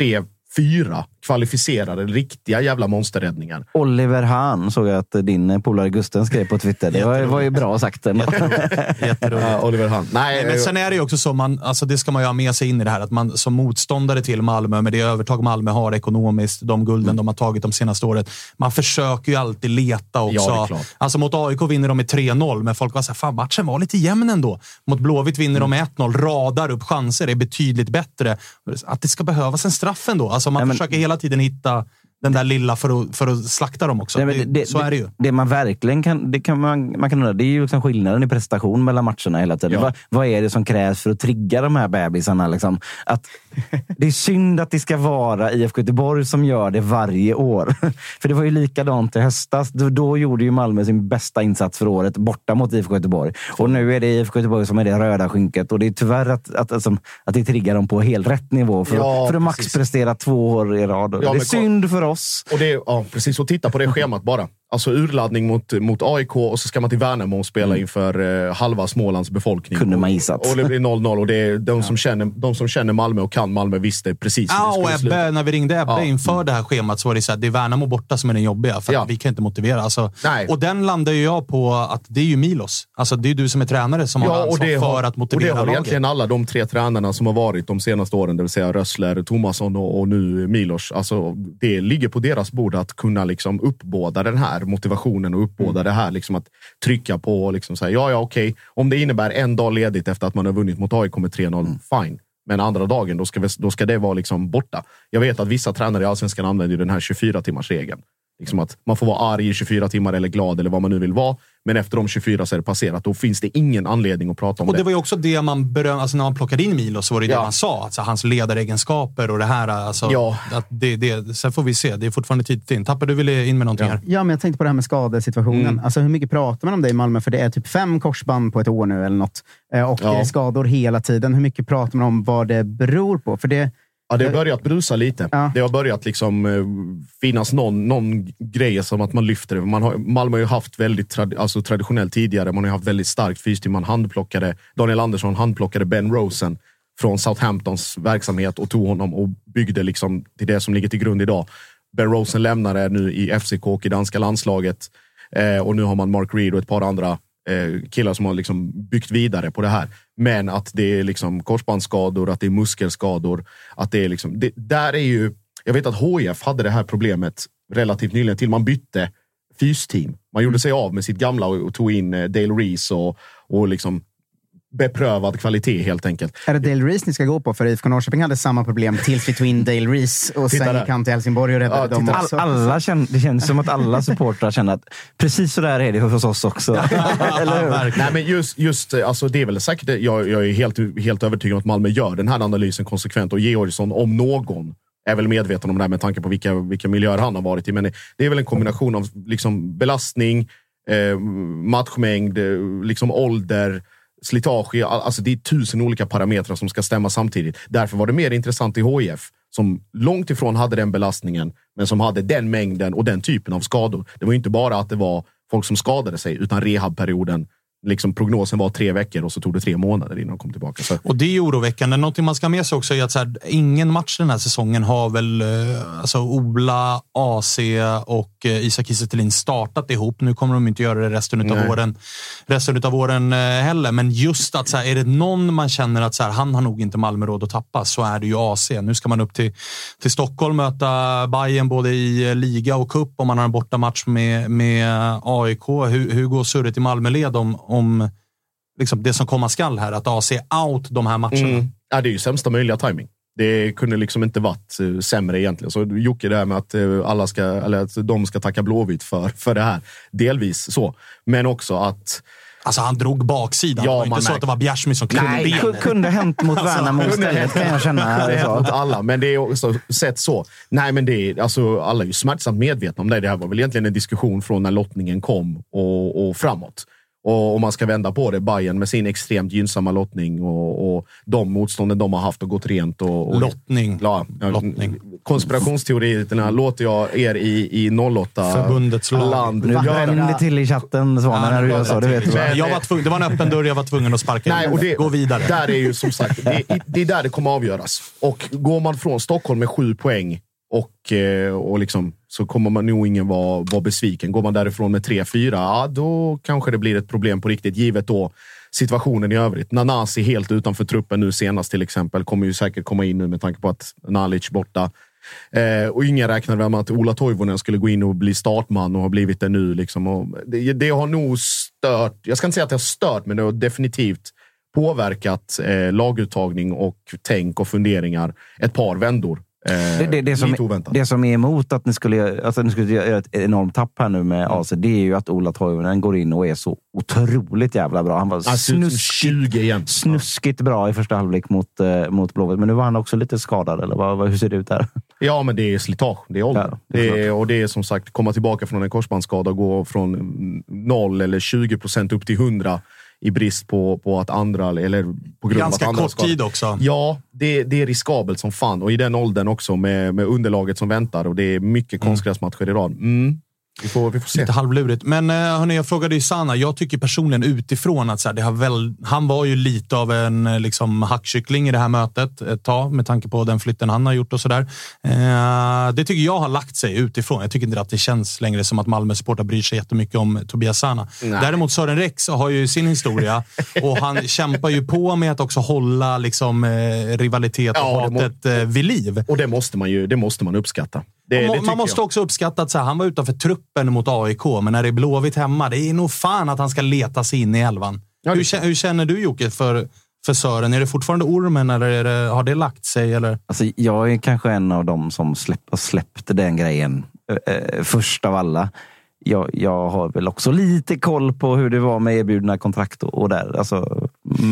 3-4 kvalificerade, riktiga jävla monsterräddningar. Oliver Hahn såg jag att din polare Gusten skrev på Twitter. Det var ju bra sagt. Jätteroligt. Oliver Hahn. Nej, men sen är det ju också så, alltså det ska man ju ha med sig in i det här, att man som motståndare till Malmö, med det övertag Malmö har ekonomiskt, de gulden de har tagit de senaste året, man försöker ju alltid leta också. Alltså mot AIK vinner de med 3-0, men folk var så här, fan, matchen var lite jämn ändå. Mot Blåvitt vinner de med 1-0, radar upp chanser, är betydligt bättre. Att det ska behövas en straff ändå. Alltså man försöker hela tiden hitta den där lilla för att slakta dem också. Så är det ju. Det man verkligen kan, man kan undra, det är ju liksom skillnaden i prestation mellan matcherna hela tiden. Ja. Vad är det som krävs för att trigga de här bebisarna? Liksom? Att det är synd att det ska vara IFK Göteborg som gör det varje år. För det var ju likadant i höstas. Då gjorde ju Malmö sin bästa insats för året borta mot IFK Göteborg. Och nu är det IFK Göteborg som är det röda skynket. Och det är tyvärr att det triggar dem på helt rätt nivå för att maxprestera 2 år i rad. Det är synd för oss. Och det, precis, och titta på det schemat bara. Alltså urladdning mot AIK, och så ska man till Värnamo och spela inför halva Smålands befolkning. Kunde man gissat. Och det blir 0-0, och det är de som känner Malmö och kan Malmö visste precis hur det skulle sluta. När vi ringde Ebbe inför det här schemat, så var det så här, det är Värnamo borta som är den jobbiga, för att vi kan inte motivera. Alltså, och den landar ju jag på att det är ju Milos. Alltså det är du som är tränare som har ansvar för att motivera laget. Och det har egentligen alla de 3 tränarna som har varit de senaste åren, det vill säga Rössler, Tomasson och nu Milos. Alltså det ligger på deras bord att kunna liksom uppbåda den här motivationen och uppbåda det här, liksom att trycka på och liksom säga okej. Om det innebär en dag ledigt efter att man har vunnit mot AIK med 3-0, fine. Men andra dagen, då ska det vara liksom borta. Jag vet att vissa tränare i Allsvenskan använder den här 24-timmars-regeln. Liksom att man får vara arg i 24 timmar eller glad eller vad man nu vill vara. Men efter de 24 så är det passerat. Då finns det ingen anledning att prata om det. Och det var ju också det man alltså när man plockade in Milos, så var det det man sa. Alltså hans ledaregenskaper och det här. Alltså, att sen får vi se. Det är fortfarande tidigt in. Tappar du ville in med någonting här? Ja, men jag tänkte på det här med skadesituationen. Alltså hur mycket pratar man om det i Malmö? För det är typ 5 korsband på ett år nu eller något. Och det är skador hela tiden. Hur mycket pratar man om vad det beror på? För det... Ja, det har börjat brusa lite. Ja. Det har börjat liksom finnas någon grej som att man lyfter det. Malmö har ju haft väldigt traditionellt tidigare. Man har ju haft väldigt starkt fysteam. Man handplockade Daniel Andersson, handplockade Ben Rosen från Southamptons verksamhet och tog honom och byggde liksom till det som ligger till grund idag. Ben Rosen lämnade nu i FCK och i danska landslaget. Och nu har man Mark Reed och ett par andra killar som har liksom byggt vidare på det här. Men att det är liksom korsbandsskador, att det är muskelskador, att det är liksom där är ju, jag vet att HIF hade det här problemet relativt nyligen till man bytte fysteam. Man gjorde sig av med sitt gamla och tog in Dale Reese och liksom beprövad kvalitet helt enkelt. Är det Dale Reese ni ska gå på? För IFK Norrköping hade samma problem tills vi tog in Dale Reese och sen gick han till Helsingborg och räddade dem också. Det känns som att alla supportrar känner att precis så där är det hos oss också. Eller hur? Nej, men just alltså, det är väl säkert, jag är helt övertygad om att Malmö gör den här analysen konsekvent, och Georgsson om någon är väl medveten om det här med tanke på vilka miljöer han har varit i. Men det är väl en kombination av liksom belastning, matchmängd, liksom ålder, slitage. Alltså det är 1000 olika parametrar som ska stämma samtidigt. Därför var det mer intressant i HIF, som långt ifrån hade den belastningen, men som hade den mängden och den typen av skador. Det var ju inte bara att det var folk som skadade sig, utan rehabperioden, liksom prognosen var 3 veckor och så tog det 3 månader innan de kom tillbaka. Så. Och det är oroväckande. Någonting man ska med sig också är att så här, ingen match den här säsongen har väl alltså Ola, AC och Isak Kiese Thelin startat ihop. Nu kommer de inte göra det resten av åren heller. Men just att så här, är det någon man känner att så här, han har nog inte Malmö råd att tappa, så är det ju AC. Nu ska man upp till Stockholm, möta Bayern både i liga och cup, om man har en bortamatch med AIK. Hur går surret i Malmöled om liksom det som komma skall här, att AC out de här matcherna? Ja, det är ju sämsta möjliga timing. Det kunde liksom inte varit sämre egentligen. Så Jocke där med att att de ska tacka Blåvitt för det här. Delvis så. Men också att alltså han drog baksidan. Ja, det var inte så att det var Bjärsmyr som klämde benet. Kunde hänt mot Värnamo istället, kan jag känna. Det mot alla, men det är också sett så. Nej, men det är, alltså, alla är ju smärtsamt medvetna om det. Det här var väl egentligen en diskussion från när lottningen kom och framåt. Och om man ska vända på det, Bayern med sin extremt gynnsamma lottning och de motstånden de har haft och gått rent. Och lottning. Lottning. Konspirationsteorierna låter jag er i 08 förbundets land. Nu bränner det till i chatten, Svanen, när du gör så. Det vet du. Det var en öppen dörr, jag var tvungen att sparka. Nej, och gå vidare. Där är ju som sagt, det är där det kommer avgöras. Och går man från Stockholm med 7 poäng och liksom, så kommer man nog ingen vara besviken. Går man därifrån med 3-4, då kanske det blir ett problem på riktigt, givet då situationen i övrigt. Nanasi helt utanför truppen nu senast till exempel, kommer ju säkert komma in nu med tanke på att Nalic borta. Och ingen räknade med att Ola Toivonen skulle gå in och bli startman och har blivit det nu. Liksom. Och det har nog stört, jag ska inte säga att det har stört, men det har definitivt påverkat laguttagning och tänk och funderingar ett par vändor. Det som är emot att ni skulle göra ett enormt tapp här nu med AC, det är ju att Ola Toivonen går in och är så otroligt jävla bra. Han var snuskigt bra i första halvlek mot Blåvitt, men nu var han också lite skadad, eller hur ser det ut här? Ja, men det är slitage, det är ålder. Ja, det är som sagt, komma tillbaka från en korsbandsskada och gå från 0 eller 20% upp till 100 i brist på att andra, eller på grund ganska av att andra kort tid också. Ja, det är riskabelt som fan. Och i den åldern också med underlaget som väntar. Och det är mycket konstgräsmatcher i rad. Vi får se. Lite halvlurigt. Men hörni, jag frågade ju Sanna. Jag tycker personligen utifrån att så här, han var ju lite av en liksom, hackkyckling i det här mötet ett tag, med tanke på den flytten han har gjort och sådär. Det tycker jag har lagt sig utifrån. Jag tycker inte att det känns längre som att Malmö-supportrar bryr sig jättemycket om Tobias Sanna. Nej. Däremot Sören Rex har ju sin historia och han kämpar ju på med att också hålla liksom, rivalitet och hatet vid liv. Och det måste man uppskatta. Man måste också uppskatta att så här, han var utanför truppen mot AIK, men när det är Blåvitt hemma, det är nog fan att han ska leta sig in i elvan. Ja, hur känner du, Jocke, för Sören? Är det fortfarande ormen, eller har det lagt sig? Eller? Alltså, jag är kanske en av dem som släppte den grejen först av alla. Jag har väl också lite koll på hur det var med erbjudna kontrakt och där. Alltså,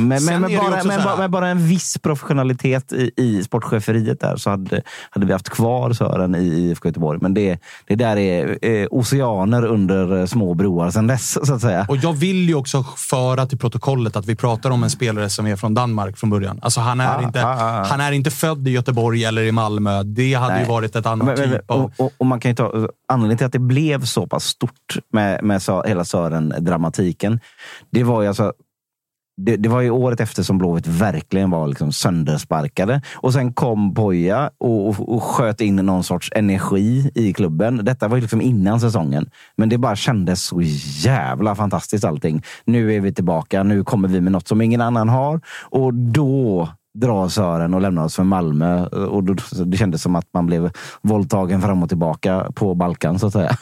men bara en viss professionalitet i sportcheferiet där, så hade vi haft kvar Sören i IFK Göteborg. Men det där är oceaner under små broar sedan dess, så att säga. Och jag vill ju också föra till protokollet att vi pratar om en spelare som är från Danmark från början. Alltså han är inte född i Göteborg eller i Malmö. Det hade ju varit ett annat typ av... Och man kan ju ta anledningen till att det blev så pass stort med hela Sören-dramatiken. Det var ju alltså det var ju året efter som Blåvitt verkligen var liksom söndersparkade. Och sen kom Poja och sköt in någon sorts energi i klubben. Detta var ju liksom innan säsongen. Men det bara kändes så jävla fantastiskt allting. Nu är vi tillbaka. Nu kommer vi med något som ingen annan har. Och då drar Sören och lämnar oss för Malmö. Och då, det kändes som att man blev våldtagen fram och tillbaka på Balkan, så att säga.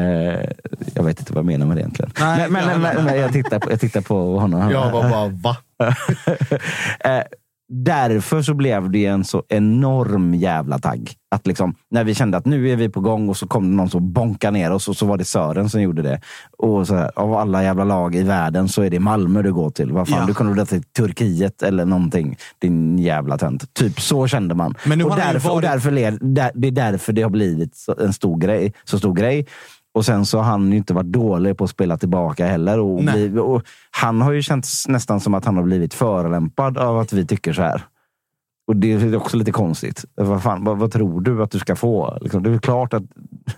Jag vet inte vad jag menar med det egentligen. Nej, men jag tittar på honom. Jag var bara, va? Därför så blev det en så enorm jävla tagg. Att liksom, när vi kände att nu är vi på gång och så kom det någon som bonkade ner oss och så var det Sören som gjorde det. Och så här, av alla jävla lag i världen så är det Malmö du går till. Vad fan, du kunde gå till Turkiet eller någonting. Din jävla tönt. Typ så kände man. Men och det är därför det har blivit så stor grej. Och sen så har han ju inte varit dålig på att spela tillbaka heller. Och han har ju känts nästan som att han har blivit förolämpad av att vi tycker så här. Och det är också lite konstigt. Vad tror du att du ska få? Liksom, det är klart att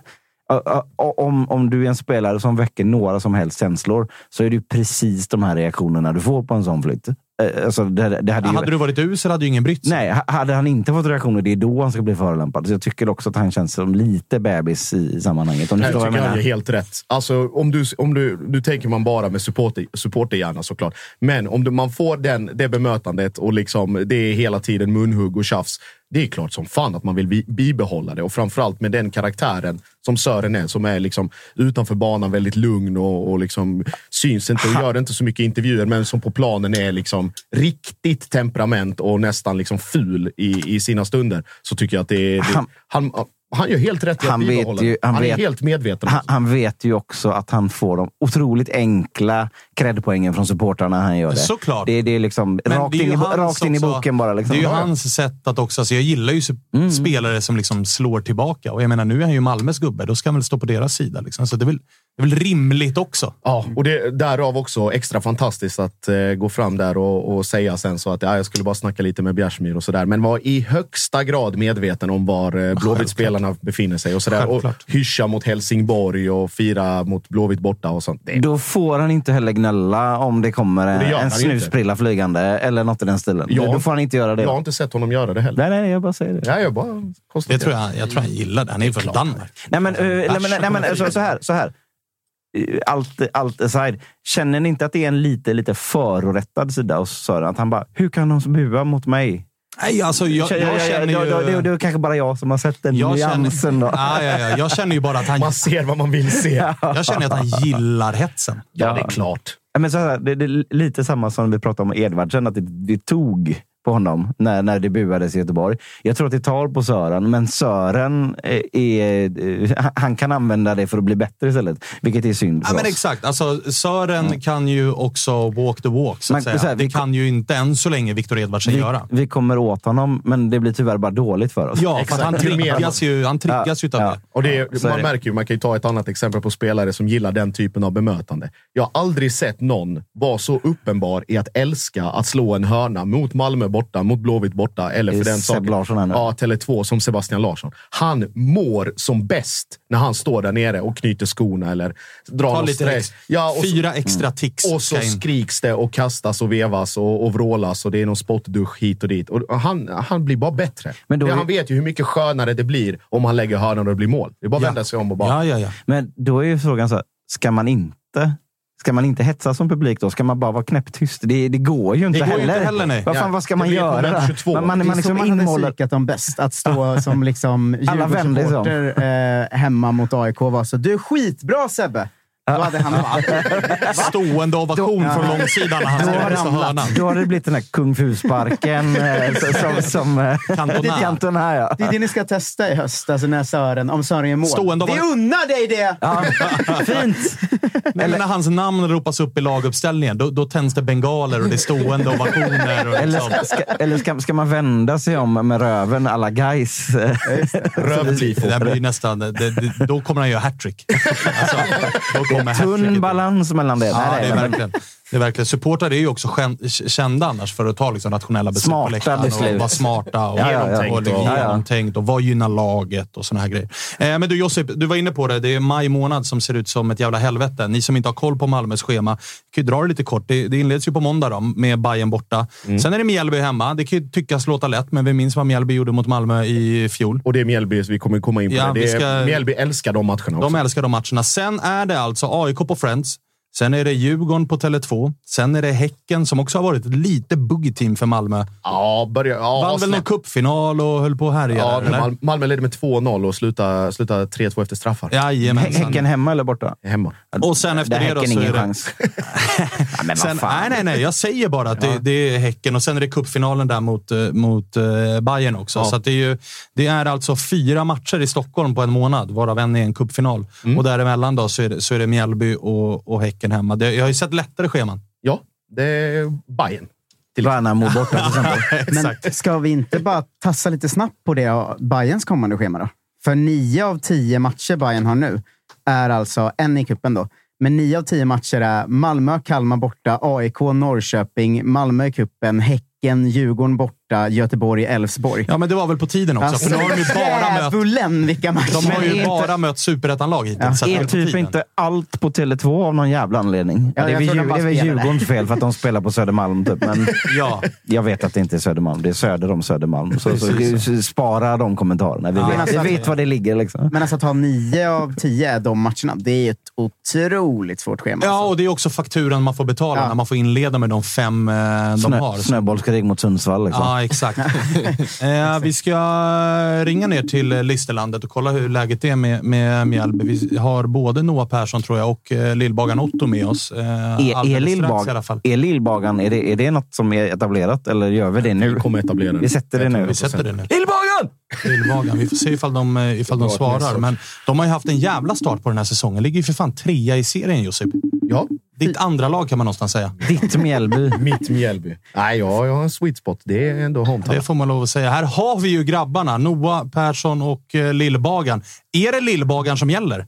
om du är en spelare som väcker några som helst känslor så är det ju precis de här reaktionerna du får på en sån flytt. Alltså, hade du varit usel hade ju ingen brytt sig. Nej, hade han inte fått reaktioner, det är då han ska bli förolämpad. Så jag tycker också att han känns som lite bebis i sammanhanget. Jag tycker han är helt rätt. Alltså, om du tänker man bara med supporterhjärna såklart. Men om man får det bemötandet och liksom, det är hela tiden munhugg och tjafs. Det är klart som fan att man vill bibehålla det. Och framförallt med den karaktären som Sören är, som är liksom utanför banan väldigt lugn och liksom syns inte och gör inte så mycket intervjuer, men som på planen är liksom riktigt temperament och nästan liksom ful i sina stunder. Så tycker jag att han gör helt rätt i att bibehålla det. Han är helt medveten. Han vet ju också att han får de otroligt enkla credpoängen från supportrarna när han gör det. Såklart. Det är liksom rakt in i boken bara. Liksom. Det är ju hans sätt att också... Alltså jag gillar ju spelare som liksom slår tillbaka. Och jag menar, nu är han ju Malmös gubbe. Då ska han väl stå på deras sida. Liksom. Så det är väl rimligt också. Ja, och det därav också extra fantastiskt att gå fram där och säga sen så att jag skulle bara snacka lite med Bjärsmyr och sådär. Men var i högsta grad medveten om var Blåvitt-spelarna befinner sig och sådär. Och hyscha mot Helsingborg och fira mot Blåvitt borta och sånt. Då får han inte heller gnälla om det kommer en snusprilla flygande eller något i den stilen. Då får han inte göra det. Jag har inte sett honom göra det heller. Nej, jag bara säger det. Nej, jag bara jag tror han gillar det. Han är från Danmark. Nej, men så här. Allt aside. Känner ni inte att det är en lite förorättad sida hos Sören? Att han bara, hur kan de bua mot mig? Nej, alltså jag känner ju... Det är kanske bara jag som har sett den nyansen då. Ja. Jag känner ju bara att han... Man ser vad man vill se. Jag känner att han gillar hetsen. Ja, det är klart. Men så här, det är lite samma som vi pratade om Edvardsen, att det tog på honom när det buades i Göteborg. Jag tror att det tar på Sören, men Sören han kan använda det för att bli bättre istället, vilket är synd för oss. Men exakt, alltså Sören kan ju också walk the walk så att säga. Det kan ju inte än så länge Viktor Edvardsen göra. Vi kommer åt honom, men det blir tyvärr bara dåligt för oss. Ja, för att han triggas ju utav det. Och man märker ju, man kan ju ta ett annat exempel på spelare som gillar den typen av bemötande. Jag har aldrig sett någon vara så uppenbar i att älska att slå en hörna mot Malmö borta, mot Blåvitt borta, eller för den saken. Tele2 som Sebastian Larsson. Han mår som bäst när han står där nere och knyter skorna eller drar något stress. Fyra extra ticks. Och så skriks det och kastas och vevas och vrålas och det är någon spottdusch hit och dit. Och han blir bara bättre. Men han vet ju hur mycket skönare det blir om han lägger hörnan och det blir mål. Det är bara att vända sig om och bara... Ja. Men då är ju frågan så här, ska man inte hetsa som publik då? Ska man bara vara knäpptyst? Det går ju inte heller. Nej. Vad ska man göra då? Man liksom inmålat dem bäst. Att stå som liksom Djurgårdssupporter hemma mot AIK var så, du är skitbra Sebbe! Då hade han stående ovation från långsidan när han stod i hörnan. Då har det blivit den här Kung Fu-sparken som Cantona. Ja. Det är det ni ska testa i höst, alltså när Sören gör mål. Det unnar dig det! Ja. Fint! Men när hans namn ropas upp i laguppställningen, då tänds det bengaler och det är stående ovationer. Eller ska man vända sig om med röven alla guys? Det blir nästan... Då kommer han göra hattrick. Tunn balans mellan det. Ja, det är verkligen. Det är verkligen. Supportrar är ju också kända annars för att ta liksom nationella beslut på läktaren och vara smarta och genomtänkt och vad gynnar laget och såna här grejer. Men du Josip, du var inne på det. Det är maj månad som ser ut som ett jävla helvete. Ni som inte har koll på Malmös schema kan ju dra det lite kort. Det inleds ju på måndag då, med Bayern borta. Sen är det Mjällby hemma. Det kan ju tyckas låta lätt, men vi minns vad Mjällby gjorde mot Malmö i fjol. Och det är Mjällby, så vi kommer komma in på det. Mjällby älskar de matcherna också. De älskar de matcherna. Sen är det alltså AIK på Friends. Sen är det Djurgården på Tele2. Sen är det Häcken som också har varit ett lite buggy-team för Malmö. Ja, vann väl någon cupfinal och höll på här igen. Ja, Malmö ledde med 2-0 och slutade 3-2 efter straffar. Jajamensan. Häcken hemma eller borta? Hemma. Och sen efter det då så är det... chans. Ja, men sen, vad fan. Nej. Jag säger bara att det är Häcken. Och sen är det cupfinalen där mot Bayern också. Ja. Så att det är alltså 4 matcher i Stockholm på en månad. Varav en är en cupfinal. Och däremellan då så är det Mjällby och Häcken hemma. Jag har ju sett lättare scheman. Ja, det är Bayern. Värnamo borta till exempel. Men ska vi inte bara tassa lite snabbt på det Bayerns kommande schema då? För 9 av 10 matcher Bayern har nu är alltså en i kuppen då. Men 9 av 10 matcher är Malmö, Kalmar borta, AIK, Norrköping, Malmö i kuppen, Häcken, Djurgården borta, Göteborg, Elfsborg. Ja, men det var väl på tiden också. Alltså, för nu har de ju bara vilka matcher. De har ju bara mött superettanlag hittills. Ja. Är typ inte allt på Tele2 av någon jävla anledning? Ja, det är väl Djurgårdens fel för att de spelar på Södermalm typ. Men ja. Jag vet att det inte är Södermalm. Det är söder om Södermalm. Så spara de kommentarerna. Vi vet var det ligger liksom. Men alltså att ha 9 av 10 är de matcherna. Det är ett otroligt svårt schema. Ja, och det är också fakturan man får betala när man får inleda med de 5 de har. Snöbollskrig mot Sundsvall liksom. Ja, exakt. Vi ska ringa ner till Listerlandet och kolla hur läget är med Mjällby. Vi har både Noah Persson tror jag och Lillbagan Otto med oss. Är Lillbagan, är det något som är etablerat eller gör vi det nu? Vi kommer etablera det. Vi sätter det nu. Lillbagan! Vi får se ifall de svarar. Men de har ju haft en jävla start på den här säsongen. Ligger ju för fan 3 i serien, Josip. Ja. Ditt andra lag kan man någonstans säga. Ditt Mjällby. Mitt Mjällby. Nej, jag har en sweet spot. Det är ändå hometown. Det får man lov att säga. Här har vi ju grabbarna. Noah Persson och Lillbagan. Är det Lillbagan som gäller?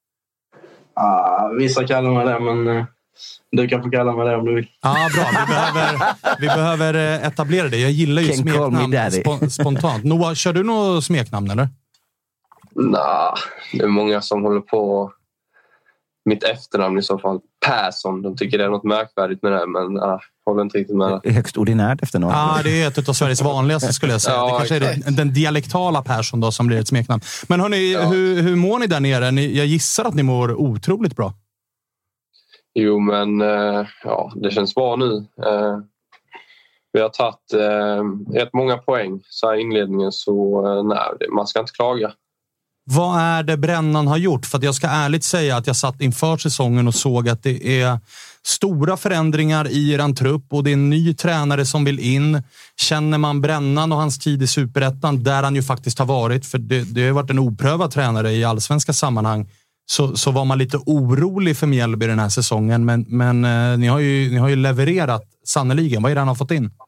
Vissa kallar mig det, men du kan få kalla mig det om du vill. Ja, bra. Vi behöver etablera det. Jag gillar ju smeknamn spontant. Noah, kör du något smeknamn, eller? Nej, det är många som håller på mitt efternamn i så fall. Persson. De tycker det är något märkvärdigt med det, men håller inte riktigt med det. Högst ordinärt efternamn. Ja, det är ett av Sveriges vanligaste skulle jag säga. Ja, det kanske är den dialektala Persson då som blir ett smeknamn. Men hörni, hur mår ni där nere? Jag gissar att ni mår otroligt bra. Jo, men det känns bra nu. Vi har tagit rätt många poäng så här i inledningen, så man ska inte klaga. Vad är det Brännan har gjort? För att jag ska ärligt säga att jag satt inför säsongen och såg att det är stora förändringar i eran trupp och det är en ny tränare som vill in. Känner man Brännan och hans tid i Superettan, där han ju faktiskt har varit, för det har varit en oprövad tränare i allsvenska sammanhang, så var man lite orolig för Mjällby den här säsongen. Men ni har ju levererat sannoliken. Vad är det han har fått in?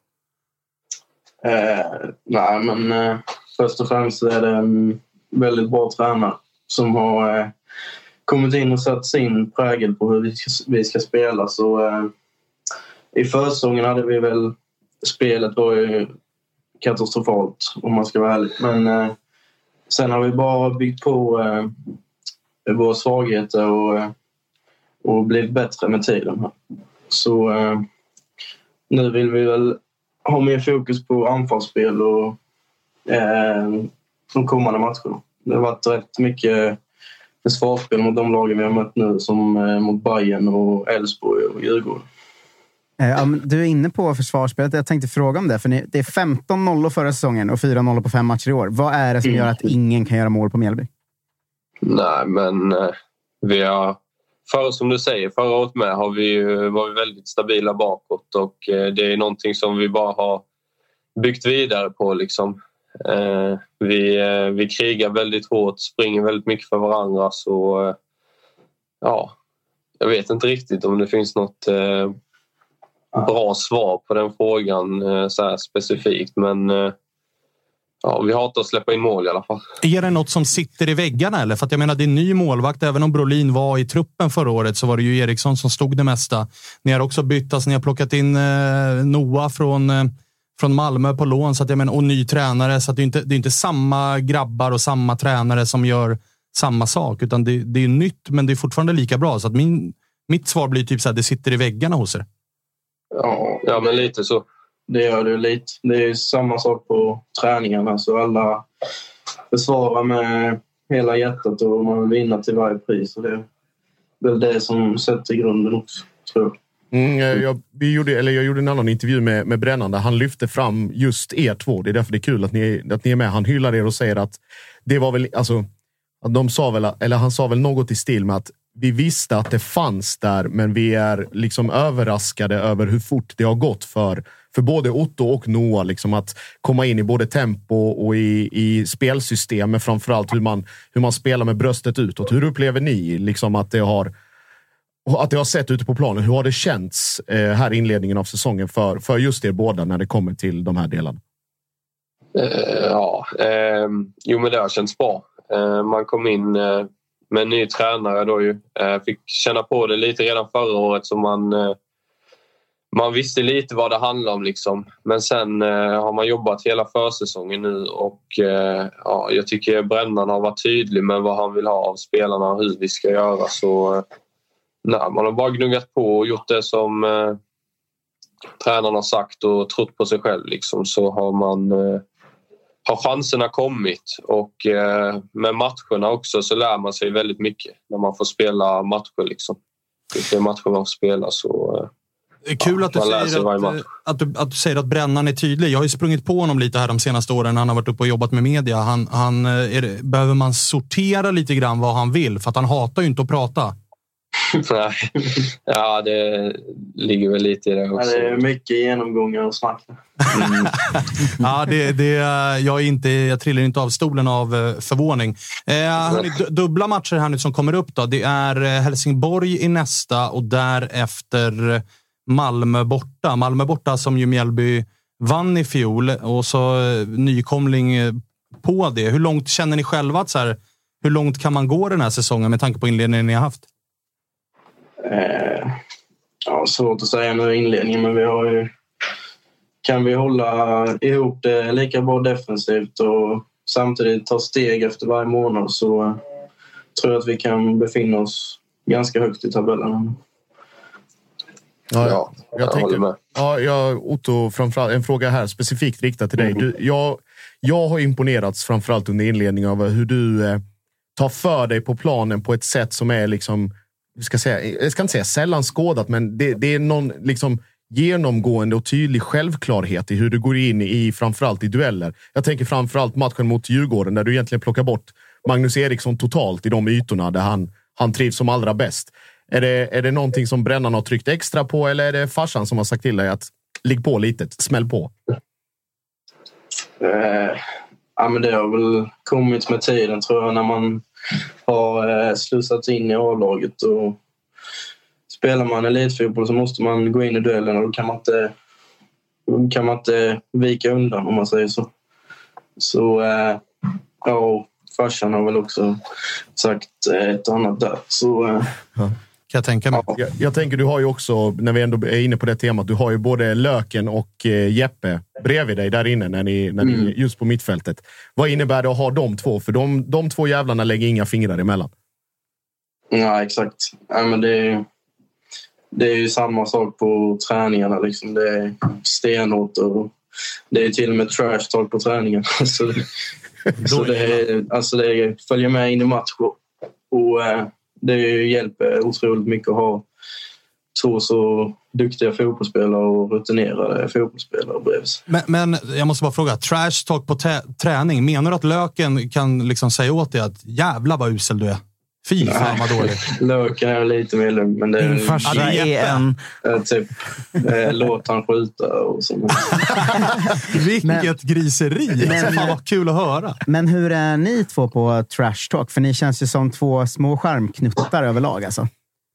Nej, men först och främst är det en väldigt bra tränare som har kommit in och satt sin prägel på hur vi ska spela. Så i försäsongen hade vi väl, spelet var ju katastrofalt om man ska vara ärlig. Men sen har vi bara byggt på våra svagheter och blivit bättre med tiden här. Så nu vill vi väl ha mer fokus på anfallsspel och de kommande matcherna. Det har varit rätt mycket försvarsspel mot de lagen vi har mött nu, som mot Bayern och Elfsborg och Djurgården. Du är inne på försvarsspelet. Jag tänkte fråga om det. För det är 15-0 förra säsongen och 4-0 på 5 matcher i år. Vad är det som gör att ingen kan göra mål på Mjällby? Nej, men vi har, som du säger, förra året med var vi väldigt stabila bakåt, och det är någonting som vi bara har byggt vidare på liksom. Vi krigar väldigt hårt, springer väldigt mycket för varandra, så jag vet inte riktigt om det finns något bra svar på den frågan så här specifikt, men vi hatar att släppa in mål i alla fall. Är det något som sitter i väggarna eller? För att jag menar, det är ny målvakt. Även om Brolin var i truppen förra året så var det ju Eriksson som stod det mesta. Ni har också bytt, alltså ni har plockat in Noah från Malmö på lån, så att jag menar, och ny tränare, så att det är inte samma grabbar och samma tränare som gör samma sak, utan det är nytt, men det är fortfarande lika bra. Så att mitt svar blir typ så här, det sitter i väggarna hos er. Ja, men lite så. Det gör det lite. Det är samma sak på träningarna, så alla försvarar med hela hjärtat och man vill vinna till varje pris. Och väl det som sätter grunden också, tror jag. Jag gjorde en annan intervju med Brännande. Han lyfte fram just er två. Det är därför det är kul att ni är med. Han hyllar er och säger att det var väl, alltså, att han sa väl något i stil med att vi visste att det fanns där, men vi är liksom överraskade över hur fort det har gått för både Otto och Noah, liksom att komma in i både tempo och i spelsystem, men framförallt hur man spelar med bröstet utåt. Hur upplever ni liksom att det har sett ute på planen? Hur har det känts här i inledningen av säsongen för just er båda när det kommer till de här delarna? Men det har känts bra. Man kom in med en ny tränare då ju. Fick känna på det lite redan förra året, så man visste lite vad det handlar om liksom. Men sen har man jobbat hela försäsongen nu och jag tycker Brännan har varit tydlig med vad han vill ha av spelarna och hur vi ska göra, så man har bara gnuggat på och gjort det som tränaren har sagt och trott på sig själv liksom, så har chanserna kommit, och med matcherna också så lär man sig väldigt mycket när man får spela matcher liksom. Vilka matcher man får spela, så kul att du säger att Brännan är tydlig. Jag har ju sprungit på honom lite här de senaste åren. Han har varit uppe och jobbat med media. Behöver man sortera lite grann vad han vill, för att han hatar ju inte att prata. Nej, ja, det ligger väl lite i det också. Ja, det är mycket genomgångar och snack. Ja, jag trillar inte av stolen av förvåning. Dubbla matcher här nu som kommer upp då. Det är Helsingborg i nästa och därefter Malmö borta. Malmö borta som ju Mjällby vann i fjol, och så nykomling på det. Hur långt känner ni själva att hur långt kan man gå den här säsongen med tanke på inledningen ni har haft? Svårt att säga nu i inledningen, men kan vi hålla ihop det lika bra defensivt och samtidigt ta steg efter varje månad, så tror jag att vi kan befinna oss ganska högt i tabellen. Jag tänker med. Otto, framförallt en fråga här specifikt riktad till dig. Jag har imponerats framförallt under inledningen av hur du tar för dig på planen på ett sätt som är liksom, jag ska inte säga sällan skådat, men det är någon liksom genomgående och tydlig självklarhet i hur du går in i framförallt i dueller. Jag tänker framförallt matchen mot Djurgården där du egentligen plockar bort Magnus Eriksson totalt i de ytorna där han trivs som allra bäst. Är det någonting som Brännan har tryckt extra på, eller är det farsan som har sagt till dig att ligg på lite, smäll på? Men det har väl kommit med tiden, tror jag, när man har slussats in i A-laget, och spelar man elitfotboll så måste man gå in i duellen, och då kan man inte vika undan, om man säger så. Så farsan har väl också sagt ett annat där. Så kan jag tänka mig. Jag tänker, du har ju också, när vi ändå är inne på det temat, du har ju både Löken och Jeppe bredvid dig där inne när ni just på mittfältet. Vad innebär det att ha de två? För de två jävlarna lägger inga fingrar emellan. Ja, exakt. Ja, men det är ju samma sak på träningarna. Liksom. Det är stenhårt, och det är till och med trash talk på träningen. Så det följer med in i match, och det hjälper otroligt mycket att ha två så duktiga fotbollsspelare och rutinerade fotbollsspelare bredvid. Men jag måste bara fråga, trash talk på träning, menar du att Löken kan liksom säga åt dig att jävla vad usel du är? Fy fan vad dålig. Löken är lite mer lugn, men det är typ låt han skjuta och sånt. Vilket griseri. Fan vad kul att höra. Men hur är ni två på trash talk? För ni känns ju som två små skärmknuttar överlag alltså.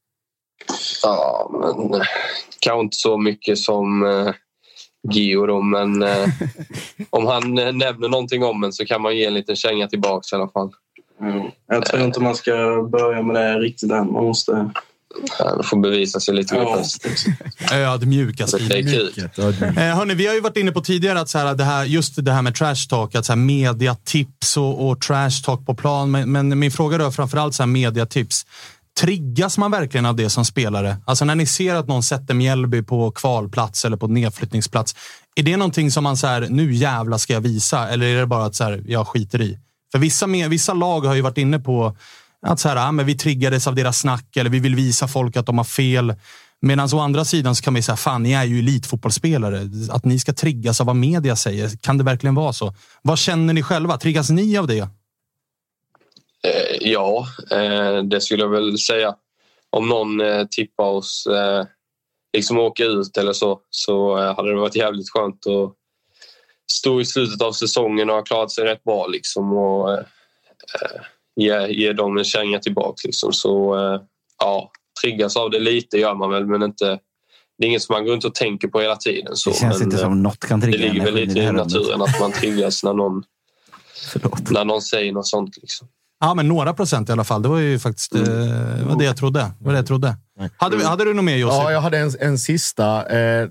Ja, men kanske inte så mycket som Gio då, men om han nämner någonting om en så kan man ge en liten känga tillbaka i alla fall. Jag tror inte man ska börja med det riktigt än. Man måste... Man får bevisa sig lite mer först. Ödmjuka. Hörrni, vi har ju varit inne på tidigare att just det här med trash talk, att mediatips och trash talk på plan. Men min fråga är framförallt mediatips. Triggas man verkligen av det som spelare? Alltså när ni ser att någon sätter Mjällby på kvalplats eller på nedflyttningsplats, är det någonting som man nu jävla ska jag visa? Eller är det bara att jag skiter i? För vissa lag har ju varit inne på Att så här, men vi triggades av deras snack eller vi vill visa folk att de har fel. Medan å andra sidan så kan vi säga, fan, ni är ju elitfotbollsspelare. Att ni ska triggas av vad media säger. Kan det verkligen vara så? Vad känner ni själva? Triggas ni av det? Ja, det skulle jag väl säga. Om någon tippar oss liksom åka ut eller så hade det varit jävligt skönt att stå i slutet av säsongen och ha klarat sig rätt bra liksom, och ge dem en känga tillbaka liksom. Så ja, triggas av det lite gör man väl, men inte, det är inget som man går runt och tänker på hela tiden. Så, det känns inte som något kan trigga. Det ligger väl lite i naturen att man triggas när någon säger något sånt liksom. Ja, men några procent i alla fall. Det var ju faktiskt det jag trodde. Hade du något mer, Josef? Ja, jag hade en sista.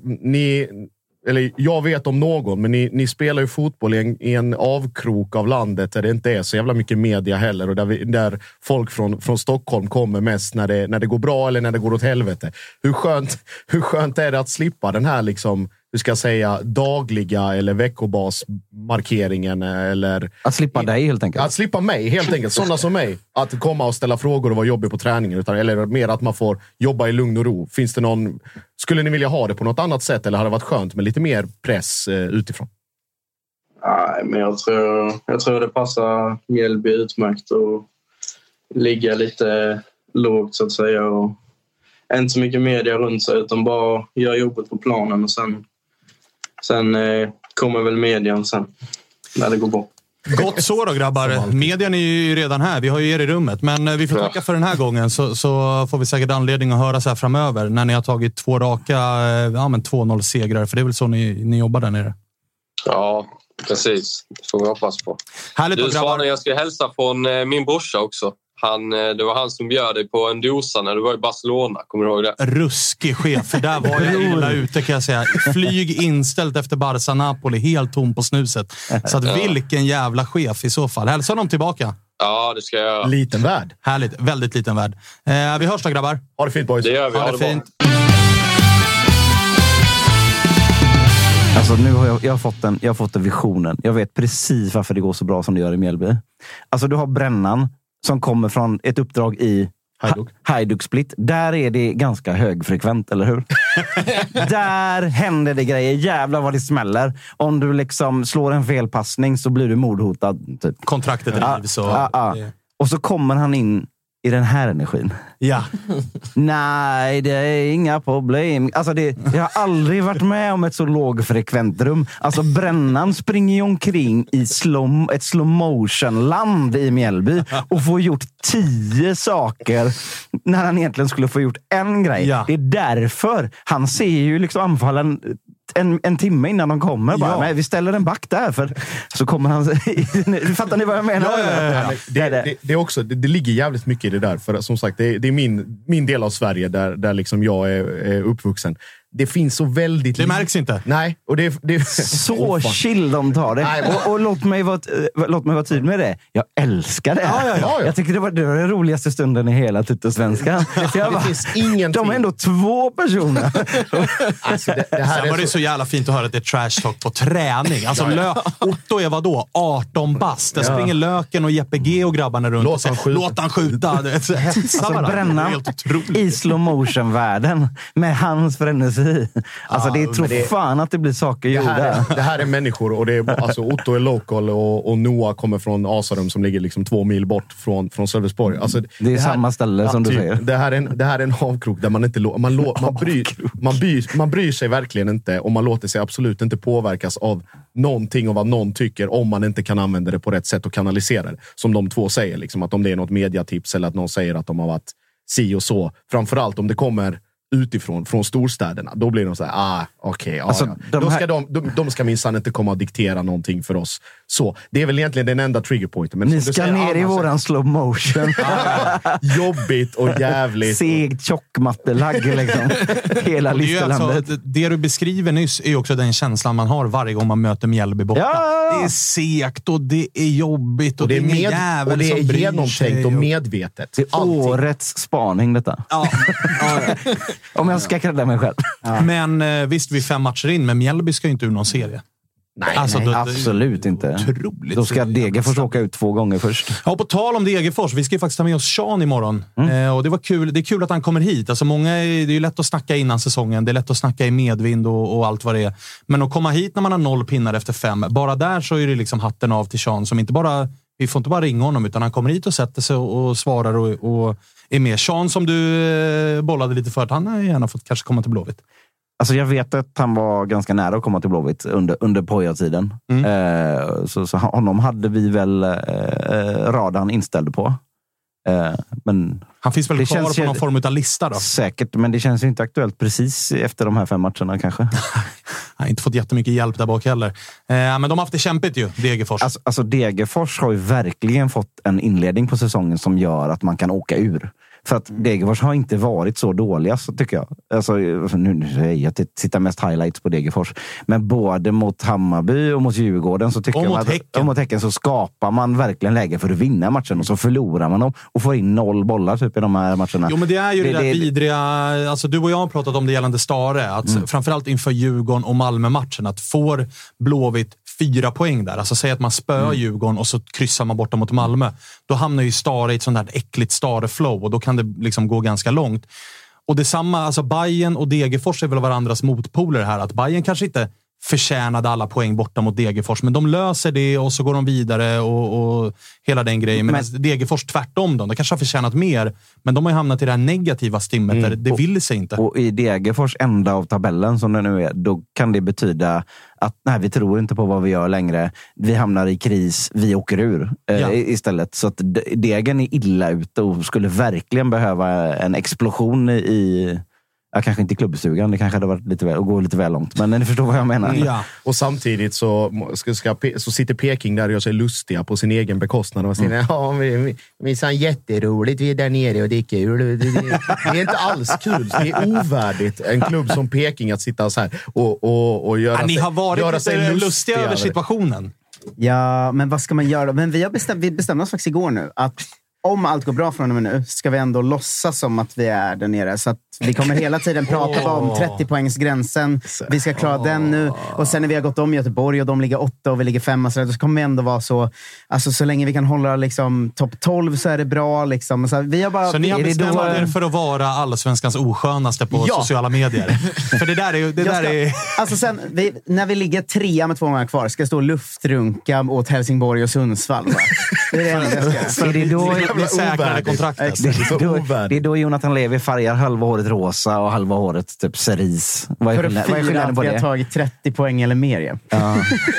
Jag vet om någon, men ni spelar ju fotboll i en avkrok av landet där det inte är så jävla mycket media heller, och där folk från Stockholm kommer mest när det går bra eller när det går åt helvete. Hur skönt är det att slippa den här liksom, hur ska jag säga, dagliga eller veckobasmarkeringen, eller att slippa dig helt enkelt. Att slippa mig helt enkelt, sådana som mig, att komma och ställa frågor och vara jobbig på träningen, eller mer att man får jobba i lugn och ro. Finns det någon, skulle ni vilja ha det på något annat sätt, eller har det varit skönt med lite mer press utifrån? Nej, men jag tror det passar Mjällby utmärkt att ligga lite lågt så att säga, och inte så mycket media runt sig, utan bara göra jobbet på planen, och sen kommer väl median sen när det går bort. Gott så då, grabbar. Median är ju redan här. Vi har ju er i rummet. Men vi får tacka för den här gången, så får vi säkert anledning att höra så här framöver när ni har tagit 2 raka 2-0-segrar. För det är väl så ni jobbar där nere. Ja, precis. Det får vi hoppas på. Härligt, du, Svanen, jag ska hälsa från min brorsa också. Det var han som bjöd dig på en dosa när du var i Barcelona. Kommer du ihåg det? Ruskig chef, för där var jag illa ute, kan jag säga. Flyg inställt efter Barca Napoli, helt tom på snuset. Så att vilken jävla chef i så fall. Hälsa dem tillbaka. Ja, det ska jag göra. Liten värld. Härligt, väldigt liten värld. Vi hörs då, grabbar. Ha det fint, boys. Det gör vi, ha det fint. Alltså nu har jag har fått en visionen. Jag vet precis varför det går så bra som det gör i Mjällby. Alltså du har Brännan som kommer från ett uppdrag i Hajduk Split. Där är det ganska högfrekvent, eller hur? Där händer det grejer. Jävlar vad det smäller. Om du liksom slår en felpassning så blir du mordhotad. Typ. Kontraktet drivs. Och så kommer han in i den här energin. Ja. Nej, det är inga problem. Alltså jag har aldrig varit med om ett så lågfrekvent rum. Alltså Brännan springer ju omkring i ett slow motion land i Mjällby och får gjort 10 saker när han egentligen skulle få gjort en grej. Ja. Det är därför han ser ju liksom anfallen en timme innan de kommer. Bara, men vi ställer en back där, för så kommer han... Fattar ni vad jag menar? Det är också, det ligger jävligt mycket i det där. För som sagt, det är min del av Sverige där liksom jag är uppvuxen. Det finns så väldigt... Det märks inte. Nej. Och det så chill de tar det. Nej, och låt mig vara tydlig med det. Jag älskar det. Ja. Jag tycker det var den roligaste stunden i hela Tuttosvenskan. Det finns ingenting. De är ändå 2 personer. Alltså, det här sen var det så jävla fint att höra att det är trash talk på träning. Alltså Otto är vadå? 18 bast. Där springer Löken och Jeppe G och grabbarna runt. Låt han skjuta. Alltså Brännan i slow motion världen med hans förändring. Alltså det tror fan att det blir saker gjorda. Det här är människor, och det är, alltså Otto är local och Noah kommer från Asarum som ligger liksom 2 mil bort från Sölvesborg. Alltså, det är samma ställe som du säger. Det här är en avkrok där man inte man bryr sig verkligen inte, och man låter sig absolut inte påverkas av någonting och vad någon tycker, om man inte kan använda det på rätt sätt och kanalisera det. Som de 2 säger, liksom, att om det är något mediatips eller att någon säger att de har varit si och så. Framförallt om det kommer utifrån, från storstäderna, då blir de så här, alltså, de ska minsann inte komma och diktera någonting för oss. Så, det är väl egentligen den enda triggerpointen. Men ni ska ner i våran slow motion. Jobbigt och jävligt. Segt tjockmattelagg liksom. Hela listelandet. Alltså, det du beskriver nyss är också den känslan man har varje gång man möter Mjällby borta. Ja! Det är segt och det är jobbigt och det är genomtänkt och medvetet. Det är årets spaning detta. Ja. Om jag ska kredda mig själv. Ja. Men visst, vi 5 matcher in, men Mjällby ska ju inte ur någon serie. Nej, absolut inte. Otroligt. Då ska Degerfors åka ut 2 gånger först. Ja, på tal om Degerfors, vi ska ju faktiskt ta med oss Sean imorgon. Och det var kul. Det är kul att han kommer hit. Alltså det är ju lätt att snacka innan säsongen. Det är lätt att snacka i medvind och allt vad det är. Men att komma hit när man har 0 pinnar efter 5, bara där så är det liksom hatten av till Sean som inte bara... Vi får inte bara ringa honom, utan han kommer hit och sätter sig och svarar och är med. Sean, som du bollade lite för, han har gärna fått kanske komma till Blåvitt. Alltså jag vet att han var ganska nära att komma till Blåvitt under Poja-tiden. Så honom hade vi väl radarn inställd på. Men han finns väl kvar på någon form av lista då? Säkert, men det känns ju inte aktuellt precis efter de här 5 matcherna kanske. Han har inte fått jättemycket hjälp där bak heller. Men de har haft det kämpigt ju, Degerfors. Alltså Degerfors har ju verkligen fått en inledning på säsongen som gör att man kan åka ur. För att Degerfors har inte varit så dåliga, så tycker jag. Alltså, nu säger jag att det tittar mest highlights på Degerfors. Men både mot Hammarby och mot Djurgården så tycker jag att mot Häcken så skapar man verkligen läge för att vinna matchen. Och så förlorar man dem och får in 0 bollar typ i de här matcherna. Jo, men det är ju det där vidriga... Alltså, du och jag har pratat om det gällande Stare. Att framförallt inför Djurgården och Malmö-matchen. Att får Blåvitt 4 poäng där. Alltså säg att man spöar Djurgården och så kryssar man borta mot Malmö. Då hamnar ju Stare i ett sånt där äckligt Stare-flow och då kan det liksom gå ganska långt. Och detsamma, alltså Bayern och Degerfors är väl varandras motpoler här. Att Bayern kanske inte förtjänade alla poäng borta mot Degerfors, men de löser det och så går de vidare och hela den grejen. Men Degerfors tvärtom de kanske har förtjänat mer, men de har ju hamnat i det här negativa stimmet där det vill sig inte. Och i Degerfors ända av tabellen som det nu är, då kan det betyda att nej, vi tror inte på vad vi gör längre. Vi hamnar i kris, vi åker ur istället. Så att Degen är illa ute och skulle verkligen behöva en explosion i... Ja, kanske inte i klubbstugan, det kanske hade varit lite väl, och gå lite väl långt. Men ni förstår vad jag menar. Ja. Och samtidigt så sitter Peking där och gör sig lustiga på sin egen bekostnad. Och säger, ja, vi är jätteroligt, vi är där nere och det är kul. Det är inte alls kul. Det är ovärdigt en klubb som Peking att sitta så här och göra, ni har varit göra lite sig lustiga över situationen. Ja, men vad ska man göra? Men vi bestämde oss faktiskt igår nu att om allt går bra från och med nu ska vi ändå låtsas som att vi är där nere. Så att vi kommer hela tiden prata om 30-poängsgränsen. Vi ska klara den nu. Och sen när vi har gått om Göteborg och de ligger 8 och vi ligger 5, så kommer vi ändå vara så... Alltså så länge vi kan hålla liksom topp 12 så är det bra. Liksom. Så vi har bara... Så ni har bestämt er för att vara allsvenskans oskönaste på sociala medier? För det där är... Alltså sen, när vi ligger 3 med 2 gånger kvar ska stå och luftrunka åt Helsingborg och Sundsvall. Va? Det är det enda jag ska. Är det då... Vi säkrade kontraktet. Det är då Jonathan Levi färgar halva håret rosa och halva håret typ cerise. Vad är skillnaden på det? Vi har tagit 30 poäng eller mer. Ja.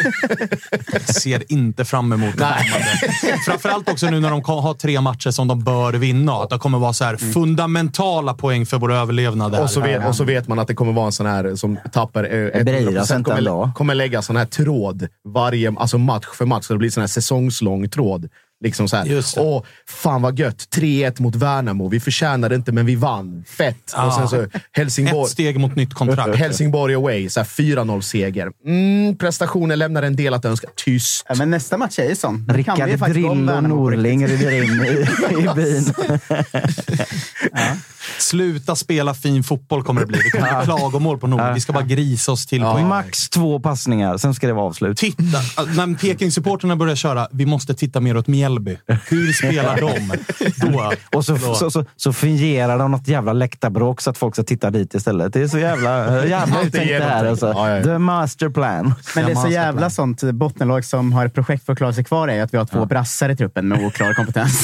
Ser inte fram emot det. Framförallt också nu när de har 3 matcher som de bör vinna. Att det kommer vara så här fundamentala poäng för vår överlevnad. Och så vet man att det kommer vara en sån här som tappar 100%. Kommer lägga sån här tråd varje, alltså match för match. Så det blir sån här säsongslång tråd. Liksom så här. Åh, fan vad gött. 3-1 mot Värnamo. Vi förtjänade inte, men vi vann. Fett. Och sen så Helsingborg. 1 steg mot nytt kontrakt. Helsingborg away. Så här 4-0 seger. Prestationen lämnar en del att önska. Tyst. Ja, men nästa match är ju sån. Rickard Drill och Norling rider in i byn. Sluta spela fin fotboll kommer det bli. Det kommer bli klagomål på Norling. Vi ska bara grisa oss till poäng. Max 2 passningar. Sen ska det vara avslut. Titta. När Peking-supporterna börjar köra, vi måste titta mer åt Mjällby. Hur spelar de? Då. Och så fingerar de något jävla läktarbråk så att folk ska titta dit istället. Det är så jävla uttänkt det här. Alltså. The master plan. Men det är så jävla sånt bottenlag som har ett projekt för att klara sig kvar är att vi har 2 brassar i truppen med oklar kompetens.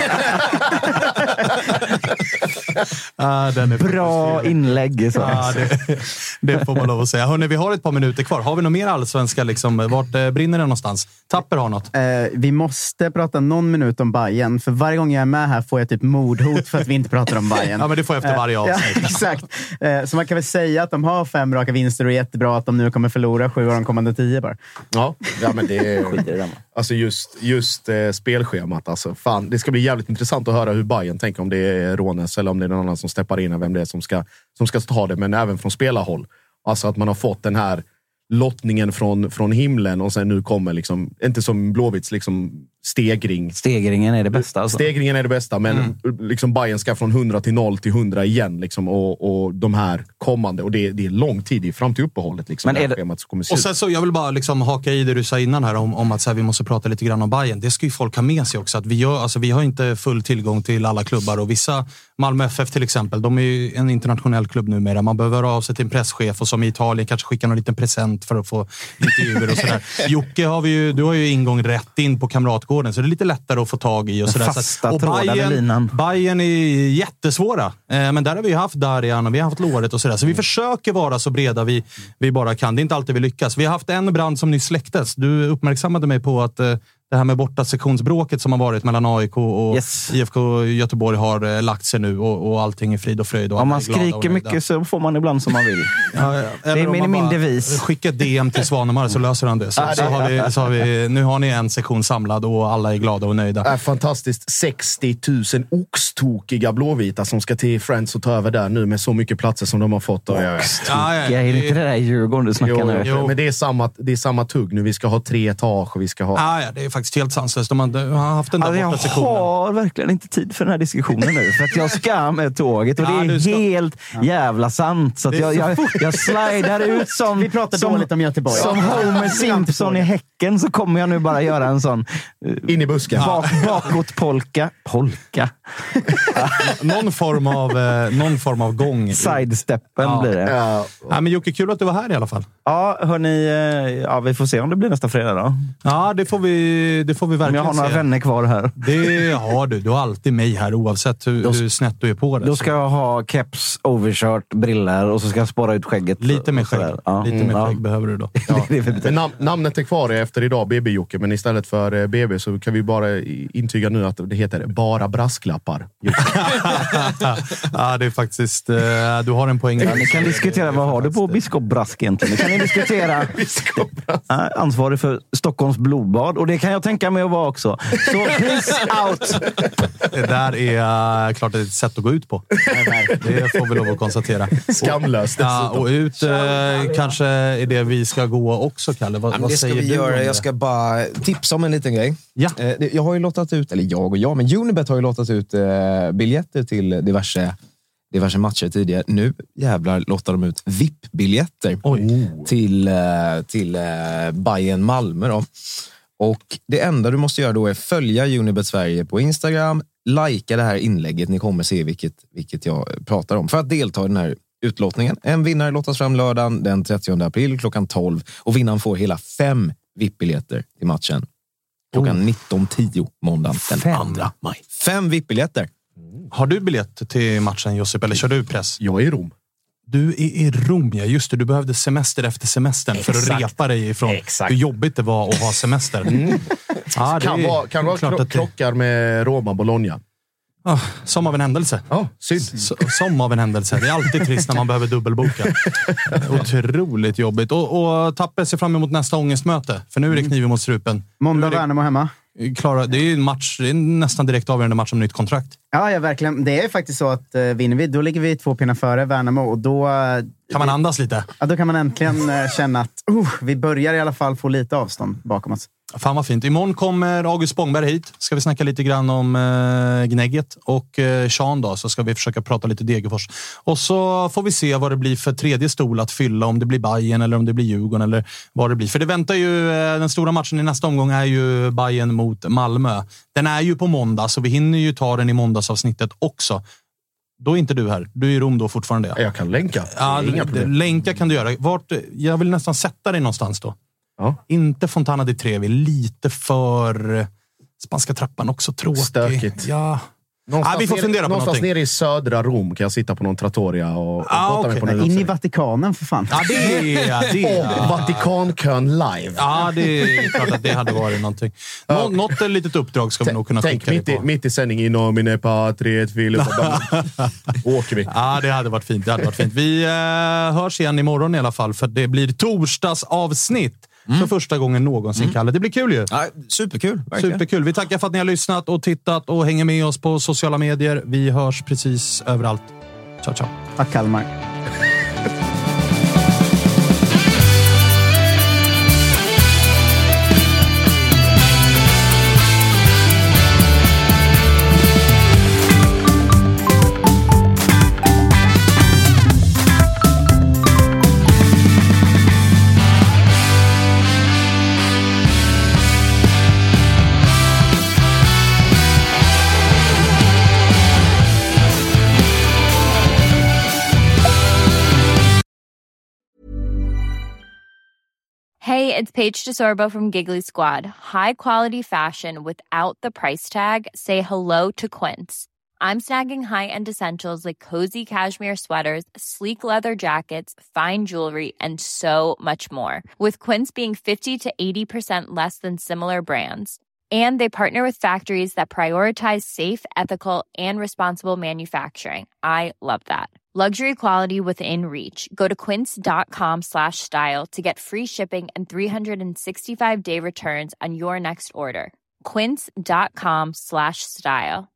Den är bra inlägg. Det får man lov att säga. Hörrni, vi har ett par minuter kvar. Har vi något mer allsvenska? Liksom? Vart brinner det någonstans? Tapper har något. Vi måste prata någon minut om Bayern. För varje gång jag är med här får jag typ mordhot för att vi inte pratar om Bayern. Ja, men det får jag efter varje avsnitt. Exakt. Så man kan väl säga att de har 5 raka vinster och är jättebra att de nu kommer förlora 7 av de kommande 10 bara. Ja, men det är... Alltså just spelschemat. Alltså, fan, det ska bli jävligt intressant att höra hur Bayern tänker, om det är Rånes eller om det är någon annan som steppar in, vem det är som ska ta det, men även från spelarhåll. Alltså att man har fått den här lottningen från himlen och sen nu kommer liksom, inte som Blåvitts liksom Stegringen är det bästa. Alltså. Stegringen är det bästa, men liksom Bayern ska från 100 till 0 till 100 igen. Liksom, och de här kommande, och det är lång tid fram till uppehållet. Liksom, men är det... Och sen så, jag vill bara liksom haka i det du sa innan här om att så här, vi måste prata lite grann om Bayern. Det ska ju folk ha med sig också. Att vi har inte full tillgång till alla klubbar, och vissa, Malmö FF till exempel, de är ju en internationell klubb numera. Man behöver höra av sig till en presschef, och som i Italien kanske skicka någon liten present för att få intervjuer och sådär. Jocke, du har ju ingång rätt in på Kamratgården, så det är lite lättare att få tag i och sådär. Fasta trådar linan. Bayern är jättesvåra. Men där har vi haft Darjan och vi har haft Låret och sådär. Så vi försöker vara så breda vi bara kan. Det är inte alltid vi lyckas. Vi har haft en brand som nyss släcktes. Du uppmärksammade mig på att det här med borta sektionsbråket som har varit mellan AIK och IFK Göteborg har lagt sig nu, och allting är frid och fröjd. Och om man skriker mycket så får man ibland som man vill. Det är min devis. Skicka ett DM till Svanemar så löser han det. Så har vi, nu har ni en sektion samlad och alla är glada och nöjda. Fantastiskt. 60 000 oxtokiga blåvita som ska till Friends och ta över där nu med så mycket platser som de har fått. Oxtokiga, är inte det där Djurgården du snackar nu? Jo, men det är samma tugg nu. Vi ska ha 3 etage och vi ska ha... det är faktiskt helt sanslöst. De har haft den där borta sektionen. Jag har verkligen inte tid för den här diskussionen nu. För att jag ska med tåget och det är helt jävla sant. Så att jag slidar ut som... Vi pratar dåligt om Göteborg. Som Homer Simpson i Häcken, så kommer jag nu bara göra en sån... in i busken. Bakåt-polka. Polka. någon form av gång. Sidesteppen blir det. Ja, men Jocke, kul att du var här i alla fall. Ja, hörni, vi får se om det blir nästa fredag då. Ja, det får vi verkligen se. Jag har några vänner kvar här. Det har du. Du har alltid mig här oavsett hur snett du är på det. Då ska jag ha keps, overshirt, briller och så ska jag spara ut skägget. Lite mer skägg. Lite mer skägg behöver du då. Men namnet är kvar efter idag, BB-Jocke, men istället för BB så kan vi bara intyga nu att det heter bara brasklappar. Ja, det är faktiskt... du har en poäng. Ni kan diskutera, vad har du på biskopbrask egentligen? Ni kan ni diskutera ansvarig för Stockholms blodbad, och det kan jag tänka mig att vara också. Så peace out! Det där är klart det är ett sätt att gå ut på. Det får vi lov att konstatera. Skamlöst. Och ut kanske är det vi ska gå också, Kalle. Vad det ska vi göra. Jag ska bara tipsa om en liten grej. Ja. Jag har ju lottat ut, eller men Unibet har ju lottat ut biljetter till diverse matcher tidigare. Nu jävlar lottar de ut VIP-biljetter till Bayern Malmö då. Och det enda du måste göra då är följa Unibet Sverige på Instagram, likea det här inlägget, ni kommer se vilket jag pratar om, för att delta i den här utlottningen. En vinnare lottas fram lördagen den 30 april klockan 12, och vinnaren får hela 5 VIP-biljetter till matchen klockan 19.10 måndagen den 2 maj. 5 VIP-biljetter. Har du biljett till matchen, Josip, eller kör du press? Jag är i Rom. Du är i Rom, ja. Just det, du behövde semester efter semestern för att repa dig ifrån hur jobbigt det var att ha semester. Ja, kan vara krockar med Roma-Bologna. Som av en händelse. Synd. Som av en händelse. Det är alltid trist när man behöver dubbelboka. Otroligt jobbigt. Och Tappe ser fram emot nästa ångestmöte. För nu är det kniven mot strupen. Måndag Värnamo hemma. Klara, det är en match, det är nästan direkt avgörande match om nytt kontrakt. Ja, verkligen. Det är faktiskt så att vinner vi, då ligger vi 2 pinnar före Värnamo, och då... Kan man andas lite? Ja, då kan man äntligen känna att vi börjar i alla fall få lite avstånd bakom oss. Fan vad fint. Imorgon kommer August Spångberg hit. Ska vi snacka lite grann om Gnägget och Sean då. Så ska vi försöka prata lite Degerfors. Och så får vi se vad det blir för tredje stol att fylla. Om det blir Bayern eller om det blir Djurgården eller vad det blir. För det väntar ju, den stora matchen i nästa omgång är ju Bayern mot Malmö. Den är ju på måndag, så vi hinner ju ta den i måndagsavsnittet också. Då är inte du här. Du är i Rom då fortfarande. Jag kan länka. Ja, länka kan du göra. Jag vill nästan sätta dig någonstans då. Ja. Inte Fontana di Trevi, lite för Spanska trappan också tråkigt. Stökigt. Ja. Vi får fundera på någonstans någonting. nere i södra Rom kan jag sitta på någon trattoria och prata med på den. In i Vatikanen för fan. Ja, det är Vatikankön live. Ja, det är klart att det hade varit någonting. Något litet uppdrag ska vi nog kunna skicka på. Mitt i sändning i nomine patriet fil. Åker vi. Ja, det hade varit fint. Vi hörs igen imorgon i alla fall, för det blir torsdagsavsnitt. För första gången någonsin, Kalle. Det blir kul ju. Ja, superkul. Superkul. Vi tackar för att ni har lyssnat och tittat och hänger med oss på sociala medier. Vi hörs precis överallt. Ciao, ciao. Tack, Kalmar. Hey, it's Paige DeSorbo from Giggly Squad. High quality fashion without the price tag. Say hello to Quince. I'm snagging high-end essentials like cozy cashmere sweaters, sleek leather jackets, fine jewelry, and so much more. With Quince being 50 to 80% less than similar brands. And they partner with factories that prioritize safe, ethical, and responsible manufacturing. I love that. Luxury quality within reach. Go to quince.com/style to get free shipping and 365-day returns on your next order. Quince.com/style.